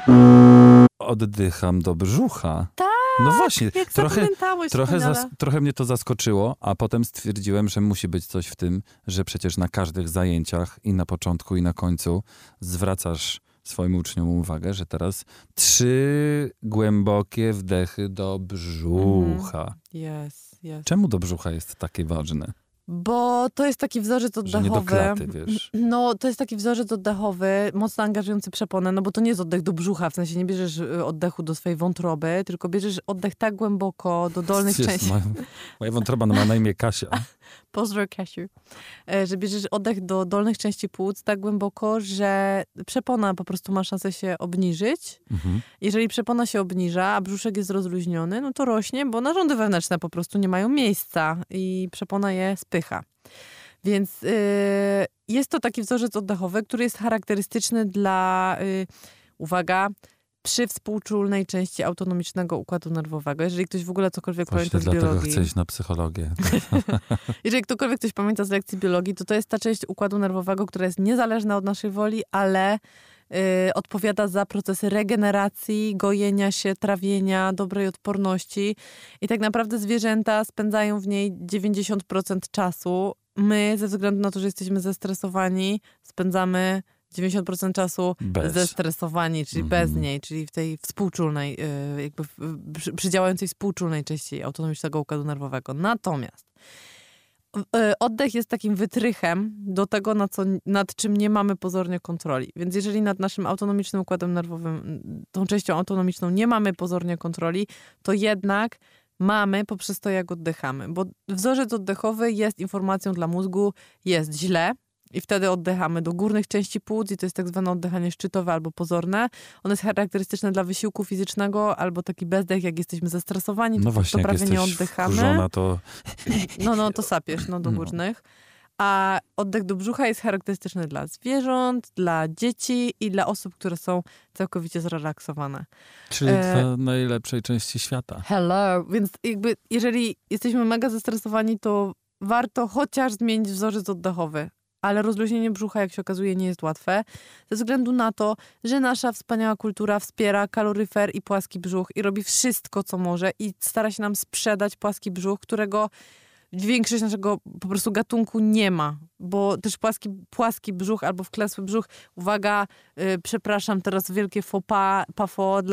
Oddycham do brzucha. Tak, No właśnie, jak zapamiętałeś trochę mnie to zaskoczyło, a potem stwierdziłem, że musi być coś w tym, że przecież na każdych zajęciach i na początku i na końcu zwracasz swoim uczniom uwagę, że teraz 3 głębokie wdechy do brzucha. Jest. Czemu do brzucha jest takie ważne? Bo to jest taki wzorzec Że oddechowy. nie do klaty, wiesz. No, to jest taki wzorzec oddechowy, mocno angażujący przeponę, no bo to nie jest oddech do brzucha, w sensie nie bierzesz oddechu do swojej wątroby, tylko bierzesz oddech tak głęboko do dolnych części. Moja wątroba ma na imię Kasia. Pozdro, Kasiu. Że bierzesz oddech do dolnych części płuc tak głęboko, że przepona po prostu ma szansę się obniżyć. Jeżeli przepona się obniża, a brzuszek jest rozluźniony, no to rośnie, bo narządy wewnętrzne po prostu nie mają miejsca i przepona je spycha. Więc jest to taki wzorzec oddechowy, który jest charakterystyczny dla, uwaga, przywspółczulnej części autonomicznego układu nerwowego. Jeżeli ktoś w ogóle cokolwiek pamięta z biologii... Dlatego chcę iść na psychologię. Jeżeli ktokolwiek coś pamięta z lekcji biologii, to jest ta część układu nerwowego, która jest niezależna od naszej woli, ale odpowiada za procesy regeneracji, gojenia się, trawienia, dobrej odporności. I tak naprawdę zwierzęta spędzają w niej 90% czasu. My, ze względu na to, że jesteśmy zestresowani, spędzamy 90% czasu zestresowani, czyli bez niej, czyli w tej współczulnej, jakby przy działającej współczulnej części autonomicznego układu nerwowego. Natomiast oddech jest takim wytrychem do tego, nad czym nie mamy pozornie kontroli. Więc jeżeli nad naszym autonomicznym układem nerwowym, tą częścią autonomiczną nie mamy pozornie kontroli, to jednak mamy poprzez to, jak oddychamy. Bo wzorzec oddechowy jest informacją dla mózgu, jest źle, i wtedy oddychamy do górnych części płuc i to jest tak zwane oddychanie szczytowe albo pozorne. Ono jest charakterystyczne dla wysiłku fizycznego albo taki bezdech, jak jesteśmy zestresowani, no właśnie, to prawie jak nie oddychamy. Wkurzona, to... No to sapiesz do górnych. A oddech do brzucha jest charakterystyczny dla zwierząt, dla dzieci i dla osób, które są całkowicie zrelaksowane. Czyli dla najlepszej części świata. Hello. Więc jakby jeżeli jesteśmy mega zestresowani, to warto chociaż zmienić wzorzec oddechowy. Ale rozluźnienie brzucha, jak się okazuje, nie jest łatwe. Ze względu na to, że nasza wspaniała kultura wspiera kaloryfer i płaski brzuch i robi wszystko, co może i stara się nam sprzedać płaski brzuch, którego większość naszego po prostu gatunku nie ma. Bo też płaski brzuch albo wklesły brzuch, uwaga, przepraszam, teraz wielkie faux pas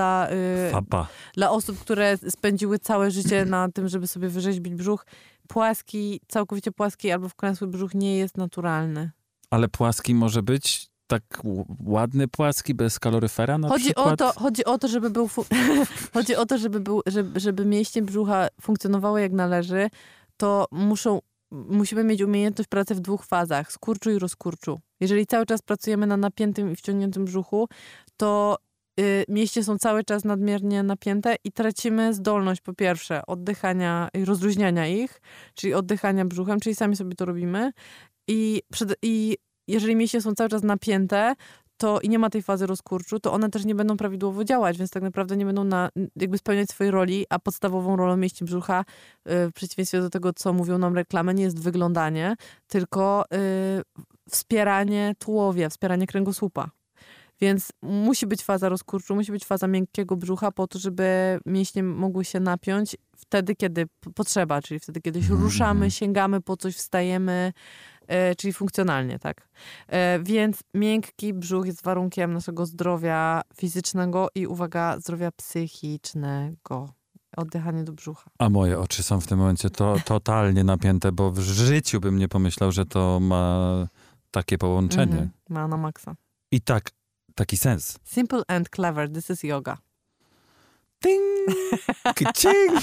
dla osób, które spędziły całe życie na tym, żeby sobie wyrzeźbić brzuch. Całkowicie płaski albo wklęsły brzuch nie jest naturalny. Ale płaski może być tak ładny płaski, bez kaloryfera na przykład? Chodzi o to, żeby był... chodzi o to, żeby mięśnie brzucha funkcjonowały jak należy, to musimy mieć umiejętność pracy w 2 fazach. Skurczu i rozkurczu. Jeżeli cały czas pracujemy na napiętym i wciągniętym brzuchu, to mięśnie są cały czas nadmiernie napięte i tracimy zdolność, po pierwsze, oddychania i rozluźniania ich, czyli oddychania brzuchem, czyli sami sobie to robimy. I jeżeli mięśnie są cały czas napięte, to i nie ma tej fazy rozkurczu, to one też nie będą prawidłowo działać, więc tak naprawdę nie będą jakby spełniać swojej roli, a podstawową rolą mięśni brzucha, w przeciwieństwie do tego, co mówią nam reklamy, nie jest wyglądanie, tylko wspieranie tułowia, wspieranie kręgosłupa. Więc musi być faza rozkurczu, musi być faza miękkiego brzucha po to, żeby mięśnie mogły się napiąć wtedy, kiedy potrzeba, czyli wtedy, kiedy się ruszamy, sięgamy po coś, wstajemy, czyli funkcjonalnie, tak. Więc miękki brzuch jest warunkiem naszego zdrowia fizycznego i, uwaga, zdrowia psychicznego. Oddychanie do brzucha. A moje oczy są w tym momencie totalnie napięte, bo w życiu bym nie pomyślał, że to ma takie połączenie. Ma na maksa. I taki sens. Simple and clever. This is yoga. Ding! Kcing!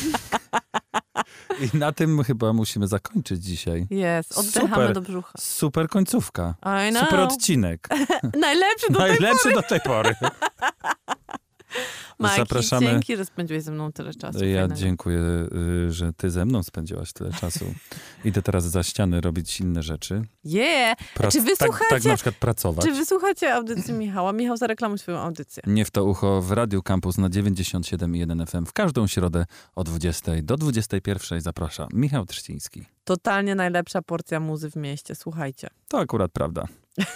I na tym chyba musimy zakończyć dzisiaj. Jest, oddychamy do brzucha. Super końcówka. I know. Super odcinek. Najlepszy do tej pory. Maki, zapraszamy. dzięki, że spędziłeś ze mną tyle czasu. Ja fajnego. dziękuję, że ty ze mną spędziłaś tyle czasu. Idę teraz za ściany robić inne rzeczy. Czy wysłuchacie... Tak na przykład pracować. Czy wysłuchacie audycji Michała? Michał, zareklamuj swoją audycję. Nie w to ucho w Radiu Campus na 97,1 FM w każdą środę o 20 do 21 zaprasza Michał Trzciński. Totalnie najlepsza porcja muzy w mieście. Słuchajcie. To akurat prawda.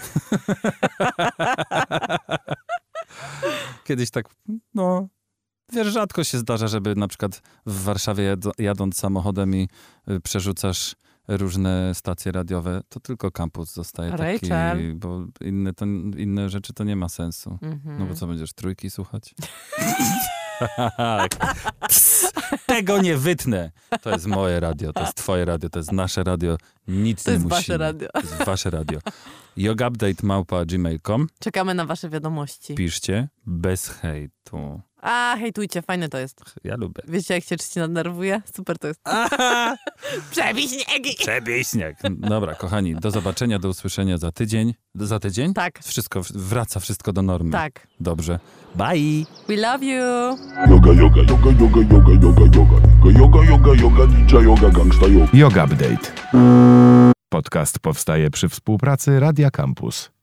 Kiedyś tak, wiesz, rzadko się zdarza, żeby na przykład w Warszawie jadąc samochodem i przerzucasz różne stacje radiowe, to tylko Campus zostaje taki, Rachel. bo inne rzeczy to nie ma sensu. Mhm. No bo co, będziesz trójki słuchać? Tego nie wytnę. To jest moje radio, to jest twoje radio, to jest nasze radio. Nic To nie jest musimy. wasze radio. To jest wasze radio. yogupdate@gmail.com. Czekamy na wasze wiadomości. Piszcie bez hejtu. Hejtujcie, fajne to jest. Ja lubię. Wiecie, jak się Trzcina denerwuje? Super to jest. Przebij śniegi! Przebij śnieg. Dobra, kochani, do zobaczenia, do usłyszenia za tydzień. Za tydzień? Tak. Wraca wszystko do normy. Tak. Dobrze. Bye! We love you! Yoga, yoga, yoga, yoga, yoga, yoga, yoga. Yoga, yoga, yoga, ninja yoga, gangsta yoga. Yoga Update. Podcast powstaje przy współpracy Radia Campus.